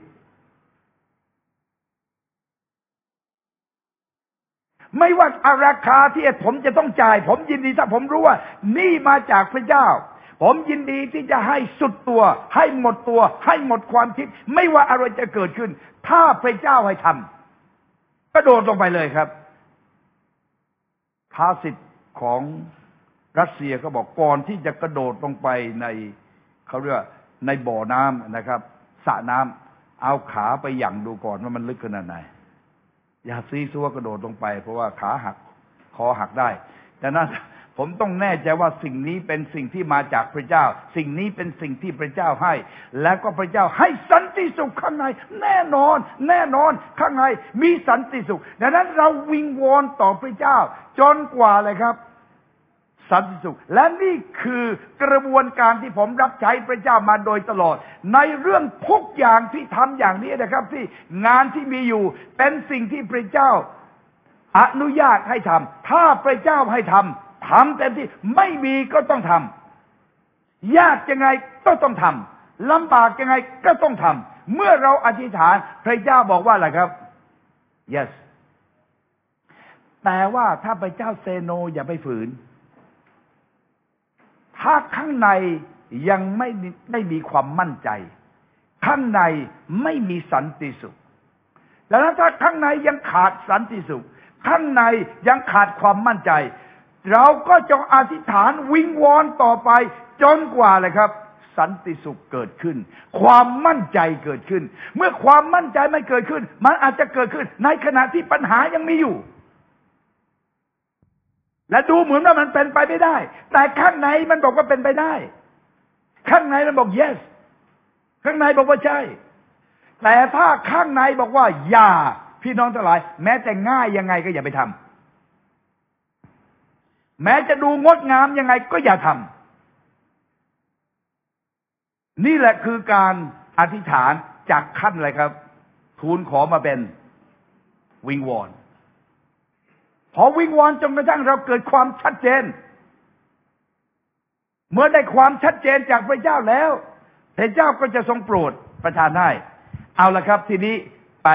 S2: ไม่ว่าราคาที่ผมจะต้องจ่ายผมยินดีถ้าผมรู้ว่านี่มาจากพระเจ้าผมยินดีที่จะให้สุดตัวให้หมดตัวให้หมดความคิดไม่ว่าอะไรจะเกิดขึ้นถ้าพระเจ้าให้ทำกระโดดลงไปเลยครับภาษิตของรัสเซียก็บอกก่อนที่จะกระโดดลงไปในเขาเรียกในบ่อน้ำนะครับสระน้ำเอาขาไปหยั่งดูก่อนว่ามันลึกขนาดไหนอย่าซีซัวกระโดดลงไปเพราะว่าขาหักคอหักได้ดังนั้นผมต้องแน่ใจว่าสิ่งนี้เป็นสิ่งที่มาจากพระเจ้าสิ่งนี้เป็นสิ่งที่พระเจ้าให้และก็พระเจ้าให้สันติสุขข้างในแน่นอนข้างในมีสันติสุขดังนั้นเราวิงวอนต่อพระเจ้าจนกว่าเลยครับสันติสุขและนี่คือกระบวนการที่ผมรับใช้พระเจ้ามาโดยตลอดในเรื่องทุกอย่างที่ทำอย่างนี้นะครับที่งานที่มีอยู่เป็นสิ่งที่พระเจ้าอนุญาตให้ทำถ้าพระเจ้าให้ทำเต็มที่ไม่มีก็ต้องทำยากยังไงก็ต้องทำลำบากยังไงก็ต้องทำเมื่อเราอธิษฐานพระเจ้าบอกว่าอะไรครับ yes แต่ว่าถ้าพระเจ้าเซโนอย่าไปฝืนถ้าข้างในยังไม่มีความมั่นใจข้างในไม่มีสันติสุขแล้วถ้าข้างในยังขาดสันติสุขข้างในยังขาดความมั่นใจเราก็จงอธิษฐานวิงวอนต่อไปจนกว่าเลยครับสันติสุขเกิดขึ้นความมั่นใจเกิดขึ้นเมื่อความมั่นใจไม่เกิดขึ้นมันอาจจะเกิดขึ้นในขณะที่ปัญหายังมีอยู่และดูเหมือนว่ามันเป็นไปไม่ได้แต่ข้างในมันบอกว่าเป็นไปได้ข้างในมันบอก yes ข้างในบอกว่าใช่แต่ถ้าข้างในบอกว่าอย่าพี่น้องทั้งหลายแม้แต่ง่ายยังไงก็อย่าไปทำแม้จะดูงดงามยังไงก็อย่าทำนี่แหละคือการอธิษฐานจากขั้นอะไรครับทูลขอมาเป็นวิงวอนพอวิงวอนจนกระทั่งเราเกิดความชัดเจนเมื่อได้ความชัดเจนจากพระเจ้าแล้วพระเจ้าก็จะทรงโปรดประทานให้เอาละครับทีนี้ไป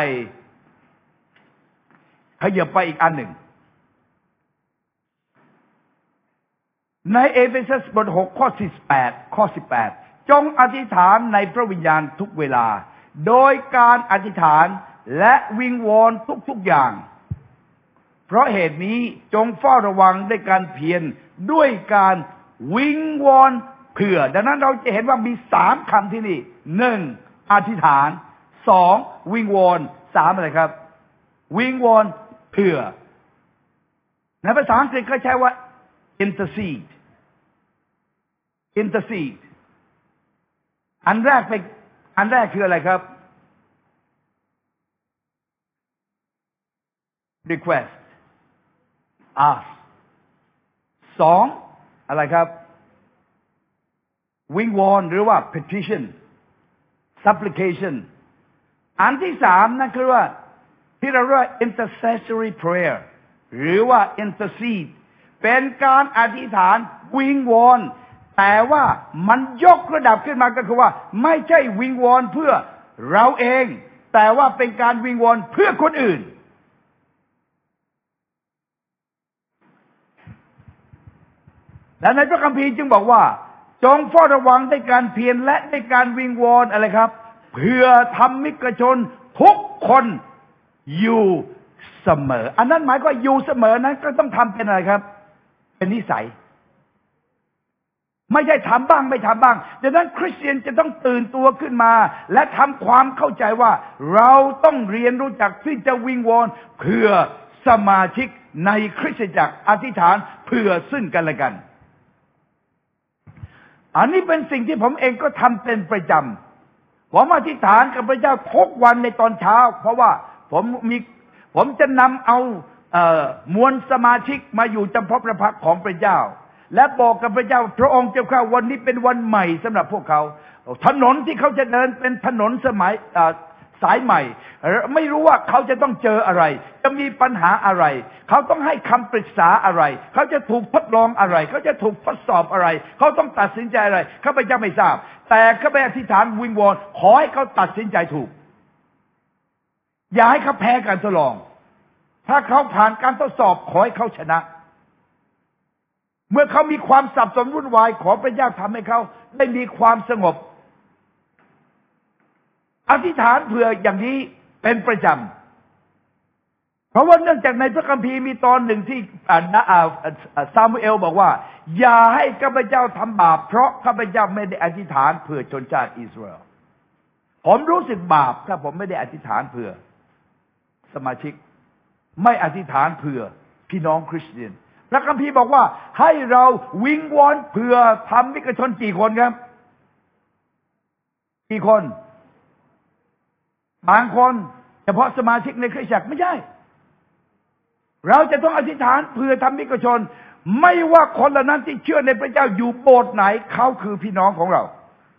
S2: ขยับไปอีกอันหนึ่งในเอเฟซัสบท 6 ข้อ 48 ข้อ 18 จงอธิษฐานในพระวิญญาณทุกเวลาโดยการอธิษฐานและวิงวอนทุกๆอย่างเพราะเหตุนี้จงเฝ้าระวังด้วยการเพียรด้วยการวิงวอนเผื่อดังนั้นเราจะเห็นว่ามี3 คำที่นี่1อธิษฐาน2วิงวอน3อะไรครับวิงวอนเผื่อในภาษาอังกฤษก็ใช้ว่า intercede อันแรกคืออะไรครับ request ask 2อะไรครับวิงวอนหรือว่า petition supplication อันที่3นั่นคือว่าที่เราเรียกว่า intercessory prayer หรือว่า intercede เป็นการอธิษฐานวิงวอนแต่ว่ามันยกระดับขึ้นมาก็คือว่าไม่ใช่วิงวอนเพื่อเราเองแต่ว่าเป็นการวิงวอนเพื่อคนอื่นและในพระคัมภีร์จึงบอกว่าจงเฝ้าระวังในการเพียรและในการวิงวอนอะไรครับเพื่อธรรมิกชนทุกคนอยู่เสมออันนั้นหมายก็อยู่เสมอนั้นก็ต้องทำเป็นอะไรครับเป็นนิสัยไม่ใช่ทำบ้างไม่ทำบ้างดังนั้นคริสเตียนจะต้องตื่นตัวขึ้นมาและทำความเข้าใจว่าเราต้องเรียนรู้จักที่จะวิงวอนเพื่อสมาชิกในคริสตจักรอธิษฐานเพื่อซึ่งกันและกันอันนี้เป็นสิ่งที่ผมเองก็ทำเป็นประจำผมอธิษฐานกับพระเจ้าทุกวันในตอนเช้าเพราะว่าผมจะนำเอามวลสมาชิกมาอยู่จำพบพระพักของพระเจ้าและบอกกับพระเจ้าพระองค์เจ้าข้าวันนี้เป็นวันใหม่สำหรับพวกเขาถนนที่เขาจะเดินเป็นถนนสายใหม่ไม่รู้ว่าเขาจะต้องเจออะไรจะมีปัญหาอะไรเขาต้องให้คำปรึกษาอะไรเขาจะถูกทดลองอะไรเขาจะถูกทดสอบอะไรเขาต้องตัดสินใจอะไรข้าพเจ้าไม่ทราบแต่ข้าพเจ้าอธิษฐานวิงวอนขอให้เขาตัดสินใจถูกอย่าให้เขาแพ้การทดลองถ้าเขาผ่านการทดสอบขอให้เขาชนะเมื่อเขามีความสับสนวุ่นวายขอพระเจ้าทำให้เขาได้มีความสงบอธิษฐานเผื่ออย่างนี้เป็นประจำเพราะว่าเนื่องจากในพระคัมภีร์มีตอนหนึ่งที่ซามูเอลบอกว่าอย่าให้ข้าพเจ้าทำบาปเพราะข้าพเจ้าไม่ได้อธิษฐานเผื่อชนชาติอิสราเอลผมรู้สึกบาปถ้าผมไม่ได้อธิษฐานเผื่อสมาชิกไม่อธิษฐานเผื่อพี่น้องคริสเตียนพระคัมภีร์บอกว่าให้เราวิงวอนเผื่อธรรมิกชนกี่คนครับกี่คนบางคนเฉพาะสมาชิกในคริสตจักรไม่ใช่เราจะต้องอธิษฐานเผื่อธรรมิกชนไม่ว่าคนเหล่านั้นที่เชื่อในพระเจ้าอยู่โบสถ์ไหนเขาคือพี่น้องของเรา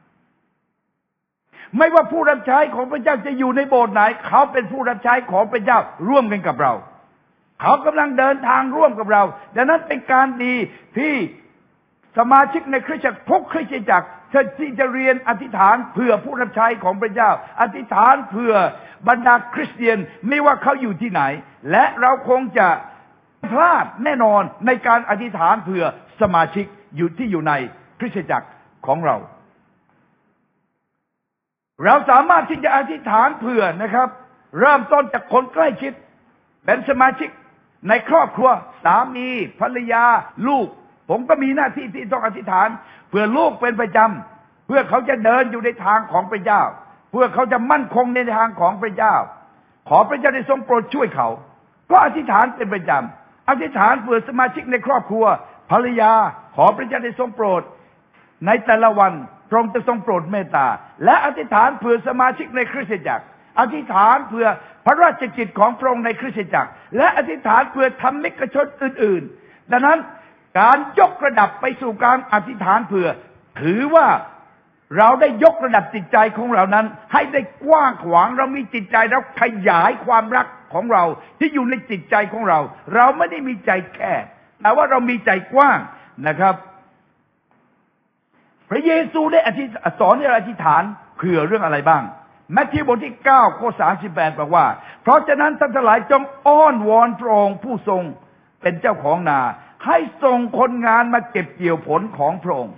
S2: ไม่ว่าผู้รับใช้ของพระเจ้าจะอยู่ในโบสถ์ไหนเขาเป็นผู้รับใช้ของพระเจ้าร่วมกันกับเราเขากำลังเดินทางร่วมกับเราดังนั้นเป็นการดีที่สมาชิกในคริสตจักรทุกคริสตจักรที่จะเรียนอธิษฐานเพื่อผู้รับใช้ของพระเจ้าอธิษฐานเพื่อบรรดาคริสเตียนไม่ว่าเขาอยู่ที่ไหนและเราคงจะพลาดแน่นอนในการอธิษฐานเพื่อสมาชิกอยู่ในคริสตจักรของเราเราสามารถที่จะอธิษฐานเผื่อนะครับเริ่มต้นจากคนใกล้ชิดเป็นสมาชิกในครอบครัวสามีภรรยาลูกผมก็มีหน้าที่ที่ต้องอธิษฐานเพื่อลูกเป็นประจำเพื่อเขาจะเดินอยู่ในทางของพระเจ้าเพื่อเขาจะมั่นคงในทางของพระเจ้าขอพระเจ้าได้ทรงโปรดช่วยเขาก็อธิษฐานเป็นประจำอธิษฐานเพื่อสมาชิกในครอบครัวภรรยาขอพระเจ้าได้ทรงโปรดในแต่ละวันพระองค์จะทรงโปรดเมตตาและอธิษฐานเพื่อสมาชิกในคริสตจักรอธิษฐานเพื่อพระราชกิจของพระองค์ในคริสตจักรและอธิษฐานเพื่อธรรมิกชนอื่นๆดังนั้นการยกระดับไปสู่การอธิษฐานเผื่อถือว่าเราได้ยกระดับจิตใจของเรานั้นให้ได้กว้างขวางเรามีจิตใจเราขยายความรักของเราที่อยู่ในจิตใจของเราเราไม่ได้มีใจแคบแต่ว่าเรามีใจกว้างนะครับพระเยซูได้สอนให้เราอธิษฐานเผื่อเรื่องอะไรบ้างมัทธิวบทที่9ข้อ38บอกว่าเพราะฉะนั้นท่านทั้งหลายจงอ้อนวอนพระองค์ผู้ทรงเป็นเจ้าของนาให้ส่งคนงานมาเก็บเกี่ยวผลของพระองค์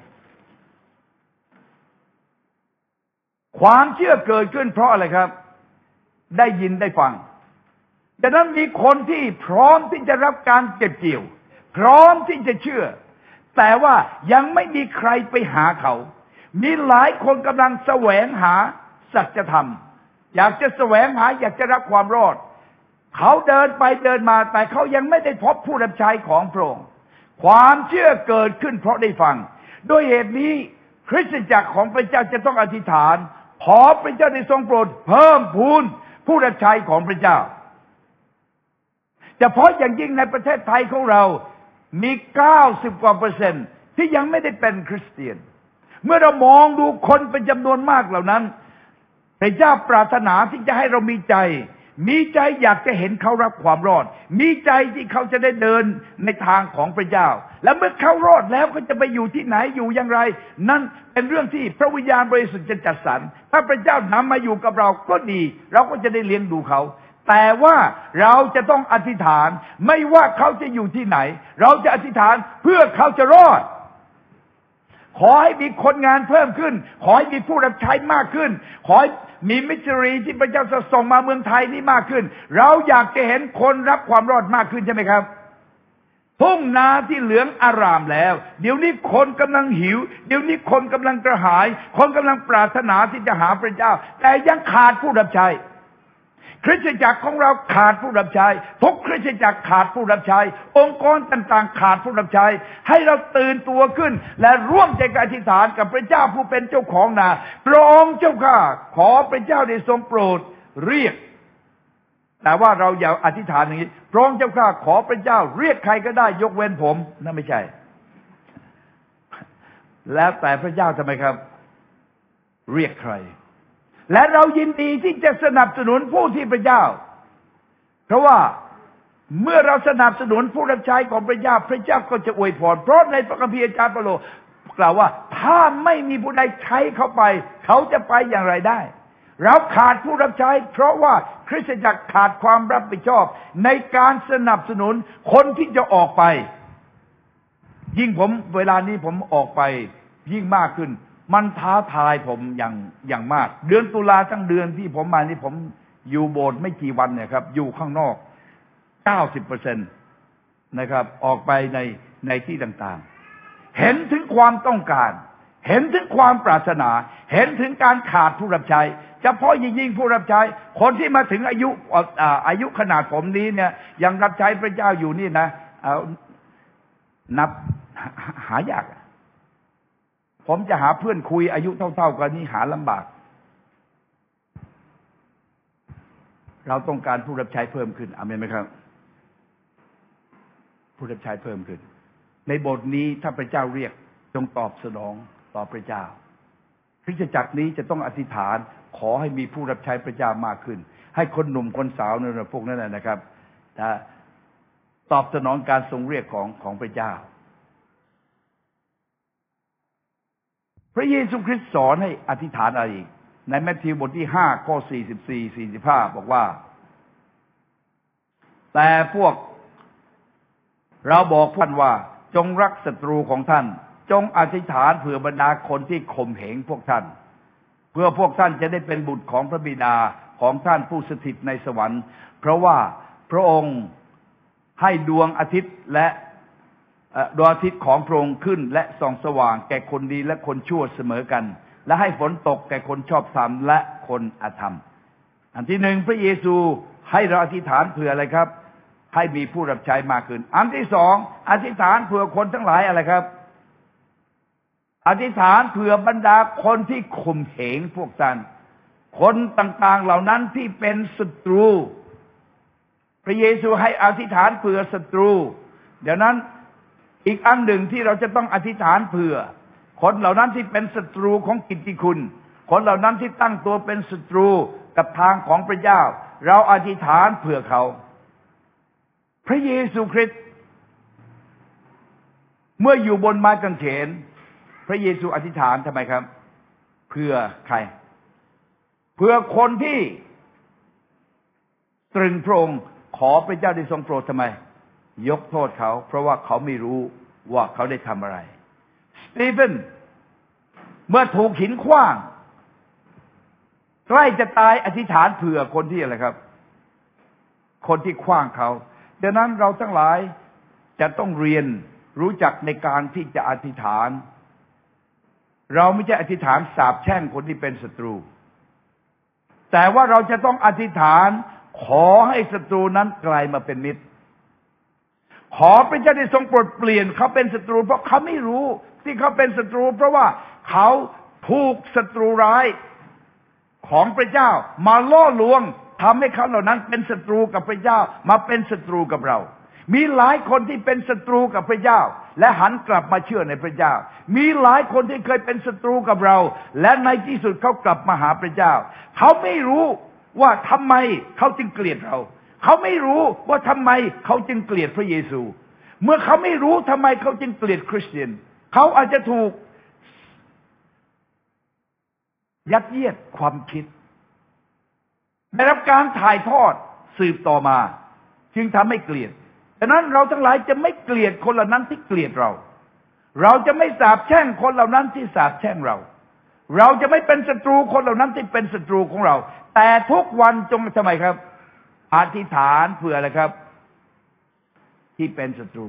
S2: ความเชื่อเกิดขึ้นเพราะอะไรครับได้ยินได้ฟังดังนั้นมีคนที่พร้อมที่จะรับการเก็บเกี่ยวพร้อมที่จะเชื่อแต่ว่ายังไม่มีใครไปหาเขามีหลายคนกำลังแสวงหาสัจธรรมอยากจะแสวงหาอยากจะรับความรอดเขาเดินไปเดินมาแต่เขายังไม่ได้พบผู้รับใช้ของพระองค์ความเชื่อเกิดขึ้นเพราะได้ฟังด้วยเหตุนี้คริสตจักรของพระเจ้าจะต้องอธิษฐานขอพระเจ้าได้ทรงโปรดเพิ่มพูนผู้รับใช้ของพระเจ้าเฉพาะอย่างยิ่งในประเทศไทยของเรามี90 กว่า%ที่ยังไม่ได้เป็นคริสเตียนเมื่อเรามองดูคนเป็นจำนวนมากเหล่านั้นพระเจ้าปรารถนาที่จะให้เรามีใจอยากจะเห็นเขารับความรอดมีใจที่เขาจะได้เดินในทางของพระเจ้าและเมื่อเขารอดแล้วเขาจะไปอยู่ที่ไหนอยู่อย่างไรนั่นเป็นเรื่องที่พระวิญญาณบริสุทธิ์จะจัดสรรถ้าพระเจ้านำมาอยู่กับเราก็ดีเราก็จะได้เลี้ยงดูเขาแต่ว่าเราจะต้องอธิษฐานไม่ว่าเขาจะอยู่ที่ไหนเราจะอธิษฐานเพื่อเขาจะรอดขอให้มีคนงานเพิ่มขึ้นขอให้มีผู้รับใช้มากขึ้นขอให้มีมิชชันนารีที่พระเจ้าส่งมาเมืองไทยนี้มากขึ้นเราอยากจะเห็นคนรับความรอดมากขึ้นใช่ไหมครับทุ่งนาที่เหลืองอารามแล้วเดี๋ยวนี้คนกำลังหิวเดี๋ยวนี้คนกำลังกระหายคนกำลังปรารถนาที่จะหาพระเจ้าแต่ยังขาดผู้รับใช้คริสตจักรของเราขาดผู้รับใช้ทุกคริสตจักรขาดผู้รับใช้องค์กรต่างๆขาดผู้รับใช้ให้เราตื่นตัวขึ้นและร่วมใจกันอธิษฐานกับพระเจ้าผู้เป็นเจ้าของนาพระองค์เจ้าข้าขอพระเจ้าได้ทรงโปรดเรียกแต่ว่าเราอย่าอธิษฐานอย่างนี้พระองค์เจ้าข้าขอพระเจ้าเรียกใครก็ได้ยกเว้นผมนั่นไม่ใช่แล้วแต่พระเจ้าทำไมครับเรียกใครและเรายินดีที่จะสนับสนุนผู้ที่พระเจ้าเพราะว่าเมื่อเราสนับสนุนผู้รับใช้ของพระเจ้าพระเจ้าก็จะอวยพรเพราะในพระคัมภีร์อาจารย์เปโลกล่าวว่าถ้าไม่มีผู้ใดใช้เขาไปเขาจะไปอย่างไรได้เราขาดผู้รับใช้เพราะว่าคริสตจักรขาดความรับผิดชอบในการสนับสนุนคนที่จะออกไปยิ่งเวลานี้ผมออกไปยิ่งมากขึ้นมันท้าทายผมอย่างมากเดือนตุลาทั้งเดือนที่ผมมานี่ผมอยู่โบสถ์ไม่กี่วันเนี่ยครับอยู่ข้างนอก 90% นะครับออกไปในที่ต่างๆเห็นถึงความต้องการเห็นถึงความปรารถนาเห็นถึงการขาดผู้รับใช้เฉพาะยิ่งผู้รับใช้คนที่มาถึงอายุขนาดผมนี้เนี่ยยังรับใช้พระเจ้าอยู่นี่นะนับหายากผมจะหาเพื่อนคุยอายุเท่าๆกันนี้หาลำบากเราต้องการผู้รับใช้เพิ่มขึ้นอาเมนไหมครับผู้รับใช้เพิ่มขึ้นในบทนี้ถ้าพระเจ้าเรียกจงตอบสนองต่อพระเจ้าคริสตจักรนี้จะต้องอธิษฐานขอให้มีผู้รับใช้พระเจ้ามากขึ้นให้คนหนุ่มคนสาวในพวกนั้นนะครับตอบสนองการทรงเรียกของพระเจ้าพระเยซูคริสต์สอนให้อธิษฐานอะไรอีกในมัทธิวบทที่5ข้อ44-45บอกว่าแต่พวกเราบอกท่านว่าจงรักศัตรูของท่านจงอธิษฐานเผื่อบรรดาคนที่ข่มเหงพวกท่านเพื่อพวกท่านจะได้เป็นบุตรของพระบิดาของท่านผู้สถิตในสวรรค์เพราะว่าพระองค์ให้ดวงอาทิตย์และดวงอาทิตย์ของพระองค์ขึ้นและส่องสว่างแก่คนดีและคนชั่วเสมอกันและให้ฝนตกแก่คนชอบธรรมและคนอธรรมอันที่หนึ่งพระเยซูให้เราอธิษฐานเผื่ออะไรครับให้มีผู้รับใช้มากขึ้นอันที่สองอธิษฐานเผื่อคนทั้งหลายอะไรครับอธิษฐานเผื่อบรรดาคนที่ข่มเหงพวกท่านคนต่างๆเหล่านั้นที่เป็นศัตรูพระเยซูให้อธิษฐานเผื่อศัตรูเดี๋ยวนั้นอีกอันหนึ่งที่เราจะต้องอธิษฐานเผื่อคนเหล่านั้นที่เป็นศัตรูของกิตติคุณคนเหล่านั้นที่ตั้งตัวเป็นศัตรูกับทางของพระเจ้าเราอธิษฐานเผื่อเขาพระเยซูคริสต์เมื่ออยู่บนไม้กางเขนพระเยซูอธิษฐานทำไมครับเพื่อใครเพื่อคนที่ตรึงพระองค์ขอพระเจ้าได้ทรงโปรดทำไมยกโทษเขาเพราะว่าเขาไม่รู้ว่าเขาได้ทำอะไรสตีเฟนเมื่อถูกหินขว้างใกล้จะตายอธิษฐานเผื่อคนที่อะไรครับคนที่ขว้างเขาดังนั้นเราทั้งหลายจะต้องเรียนรู้จักในการที่จะอธิษฐานเราไม่ใช่อธิษฐานสาปแช่งคนที่เป็นศัตรูแต่ว่าเราจะต้องอธิษฐานขอให้ศัตรูนั้นกลายมาเป็นมิตรขอพระเจ้าได้ทรงโปรดเปลี่ยนเขาเป็นศัตรูเพราะเขาไม่รู้ที่เขาเป็นศัตรูเพราะว่าเขาถูกศัตรูร้ายของพระเจ้ามาล่อลวงทำให้เขาเหล่านั้นเป็นศัตรูกับพระเจ้ามาเป็นศัตรูกับเรามีหลายคนที่เป็นศัตรูกับพระเจ้าและหันกลับมาเชื่อในพระเจ้ามีหลายคนที่เคยเป็นศัตรูกับเราและในที่สุดเขากลับมาหาพระเจ้าเขาไม่รู้ว่าทำไมเขาจึงเกลียดเราเขาไม่รู้ว่าทำไมเขาจึงเกลียดพระเยซูเมื่อเขาไม่รู้ทำไมเขาจึงเกลียดคริสเตียนเขาอาจจะถูกยัดเยียดความคิดได้รับการถ่ายทอดสืบต่อมาจึงทำให้เกลียดดังนั้นเราทั้งหลายจะไม่เกลียดคนเหล่านั้นที่เกลียดเราเราจะไม่สาปแช่งคนเหล่านั้นที่สาปแช่งเราเราจะไม่เป็นศัตรูคนเหล่านั้นที่เป็นศัตรูของเราแต่ทุกวันจงทำไมครับอธิษฐานเพื่ออะไรครับที่เป็นศัตรู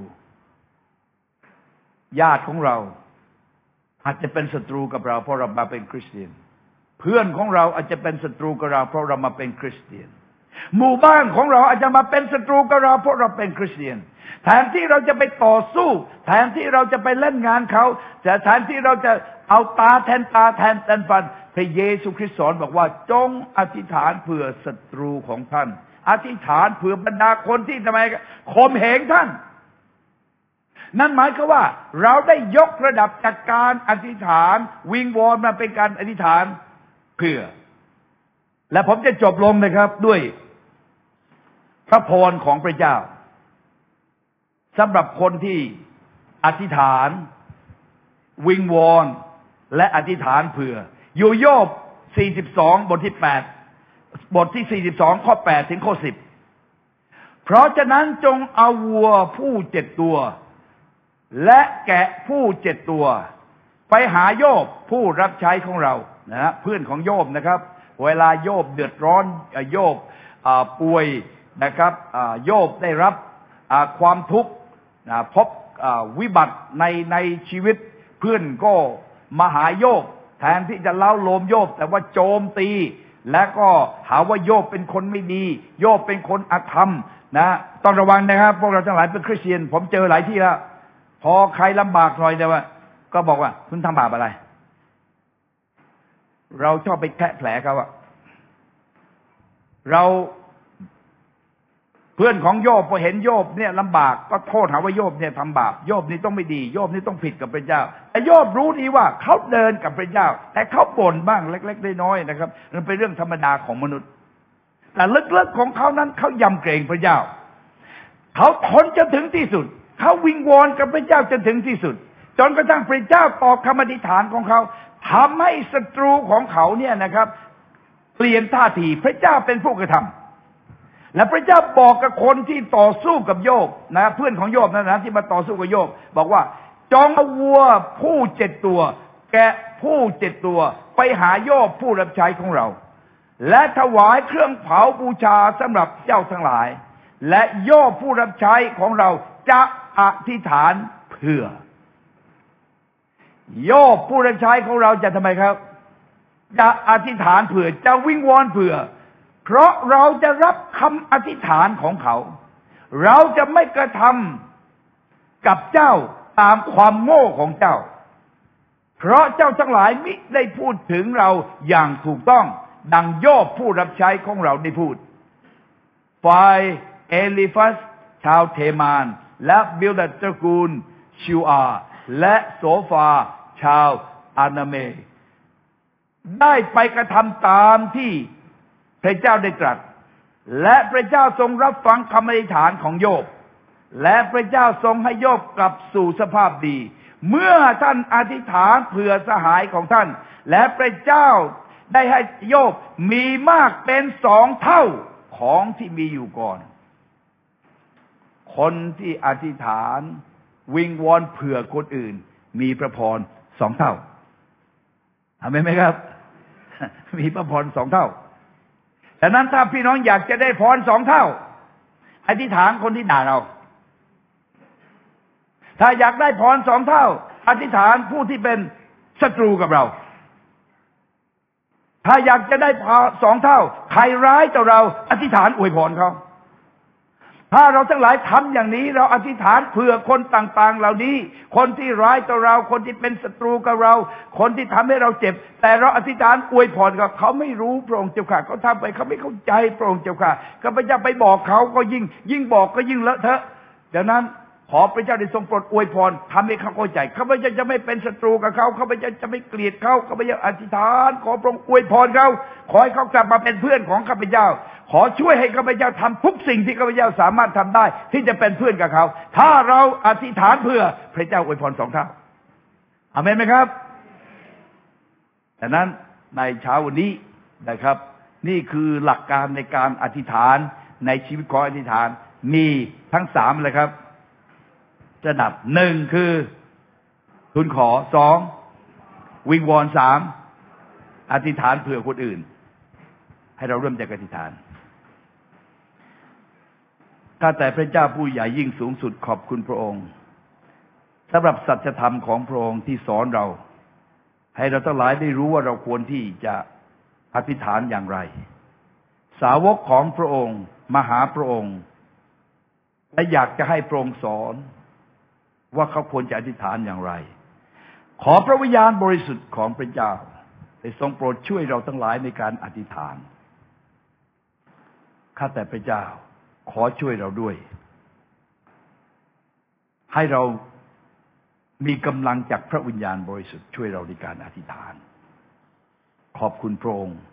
S2: ญาติของเราอาจจะเป็นศัตรูกับเราเพราะเรามาเป็นคริสเตียนเพื่อนของเราอาจจะเป็นศัตรูกับเราเพราะเรามาเป็นคริสเตียนหมู่บ้านของเราอาจจะมาเป็นศัตรูกับเราเพราะเราเป็นคริสเตียนแทนที่เราจะไปต่อสู้แทนที่เราจะไปเล่นงานเขาแต่แทนที่เราจะเอาตาแทนตาแทนฟันพระเยซูคริสต์สอนบอกว่าจงอธิษฐานเผื่อศัตรูของท่านอธิษฐานเผื่อบรรดาคนที่ทำไมข่มเหงท่านนั่นหมายความว่าเราได้ยกระดับจากการอธิษฐานวิงวอนมาเป็นการอธิษฐานเพื่อและผมจะจบลงนะครับด้วยพระพรของพระเจ้าสำหรับคนที่อธิษฐานวิงวอนและอธิษฐานเผื่ออยู่โยบ42บทที่8บทที่42ข้อ8ถึงข้อ10เพราะฉะนั้นจงเอาวัวผู้7ตัวและแกะผู้7ตัวไปหาโยบผู้รับใช้ของเรานะเพื่อนของโยบนะครับเวลาโยบเดือดร้อนโยบป่วยนะครับโยบได้รับความทุกข์พบวิบัติในชีวิตเพื่อนก็มาหาโยบแทนที่จะเล้าโลมโยบแต่ว่าโจมตีและก็หาว่าโยบเป็นคนไม่ดีโยบเป็นคนอธรรมนะต้องระวังนะครับพวกเราทั้งหลายเป็นคริสเตียนผมเจอหลายที่แล้วพอใครลำบากหน่อยเดียวก็บอกว่าคุณทำบาปอะไรเราชอบไปแคะแผลเขาอะเราเพื่อนของโยบพอเห็นโยบเนี่ยลำบากก็โทษหาว่าโยบเนี่ยทำบาปโยบนี่ต้องไม่ดีโยบนี่ต้องผิดกับพระเจ้าแต่โยบรู้ดีว่าเขาเดินกับพระเจ้าแต่เขาบ่นบ้างเล็กๆน้อยๆนะครับมันเป็นเรื่องธรรมดาของมนุษย์แต่ลึกๆของเขานั้นเขายำเกรงพระเจ้าเขาทนจนถึงที่สุดเขาวิงวอนกับพระเจ้าจนถึงที่สุดจนกระทั่งพระเจ้าตอบคำอธิษฐานของเขาทำให้ศัตรูของเขาเนี่ยนะครับเปลี่ยนท่าทีพระเจ้าเป็นผู้กระทำและพระเจ้าบอกกับคนที่ต่อสู้กับโยบนะเพื่อนของโยบนั่นนะที่มาต่อสู้กับโยบบอกว่าจงเอาวัวผู้7ตัวแกะผู้7ตัวไปหาโยบผู้รับใช้ของเราและถวายเครื่องเผาบูชาสำหรับเจ้าทั้งหลายและโยบผู้รับใช้ของเราจะอธิษฐานเผื่อโยบผู้รับใช้ของเราจะทำไมครับจะอธิษฐานเผื่อจะวิงวอนเผื่อเพราะเราจะรับคำอธิษฐานของเขาเราจะไม่กระทำกับเจ้าตามความโง่ของเจ้าเพราะเจ้าทั้งหลายมิได้พูดถึงเราอย่างถูกต้องดังโยบผู้รับใช้ของเราได้พูดฝ่ายเอลิฟัสชาวเทมานและบิลดาตระกูลชิวอาและโสฟาชาวอานาเมได้ไปกระทำตามที่พระเจ้าได้ตรัสและพระเจ้าทรงรับฟังคำอธิษฐานของโยบและพระเจ้าทรงให้โยบกลับสู่สภาพดีเมื่อท่านอธิษฐานเผื่อสหายของท่านและพระเจ้าได้ให้โยบมีมากเป็น2 เท่าของที่มีอยู่ก่อนคนที่อธิษฐานวิงวอนเผื่อคนอื่นมีพระพร2 เท่าอาเมนไหมครับ มีพระพร2 เท่าดังนั้นถ้าพี่น้องอยากจะได้พร2 เท่าอธิษฐานคนที่ด่าเราถ้าอยากได้พร2 เท่าอธิษฐานผู้ที่เป็นศัตรูกับเราถ้าอยากจะได้พร2 เท่าใครร้ายต่อเราอธิษฐานอวยพรเขาถ้าเราทั้งหลายทำอย่างนี้เราอธิษฐานเผื่อคนต่างๆเหล่านี้คนที่ร้ายต่อเราคนที่เป็นศัตรูกับเราคนที่ทำให้เราเจ็บแต่เราอธิษฐานอวยพรเขาไม่รู้พระองค์เจ้าค่ะเขาทำไปเขาไม่เข้าใจพระองค์เจ้าค่ะข้าพเจ้าไปบอกเขาก็ยิ่งบอกก็ยิ่งเลอะเทอะดังนั้นขอพระเจ้าได้ทรงโปรดอวยพรทำให้เขาเข้าใจข้าพเจ้าจะไม่เป็นศัตรูกับเขาข้าพเจ้าจะไม่เกลียดเขาข้าพเจ้าอธิษฐานขอพระองค์อวยพรเขาขอให้เขากลับมาเป็นเพื่อนของข้าพเจ้าขอช่วยให้ข้าพเจ้าทำทุกสิ่งที่ข้าพเจ้าสามารถทำได้ที่จะเป็นเพื่อนกับเขาถ้าเราอธิษฐานเพื่อพระเจ้าอวยพร2 เท่าอาเมนไหมครับดังนั้นในเช้าวันนี้นะครับนี่คือหลักการในการอธิษฐานในชีวิตของอธิษฐานมีทั้ง3เลยครับระดับ1คือทูลขอ2วิงวอน3อธิษฐานเผื่อคนอื่นให้เราเริ่มจากอธิษฐานข้าแต่พระเจ้าผู้ใหญ่ยิ่งสูงสุดขอบคุณพระองค์สำหรับสัจธรรมของพระองค์ที่สอนเราให้เราทั้งหลายได้รู้ว่าเราควรที่จะอธิษฐานอย่างไรสาวกของพระองค์มาหาพระองค์และอยากจะให้พระองค์สอนว่าเขาควรจะอธิษฐานอย่างไรขอพระวิญญาณบริสุทธิ์ของพระเจ้าได้ทรงโปรดช่วยเราทั้งหลายในการอธิษฐานข้าแต่พระเจ้าขอช่วยเราด้วยให้เรามีกำลังจากพระวิญญาณบริสุทธิ์ช่วยเราในการอธิษฐานขอบคุณพระองค์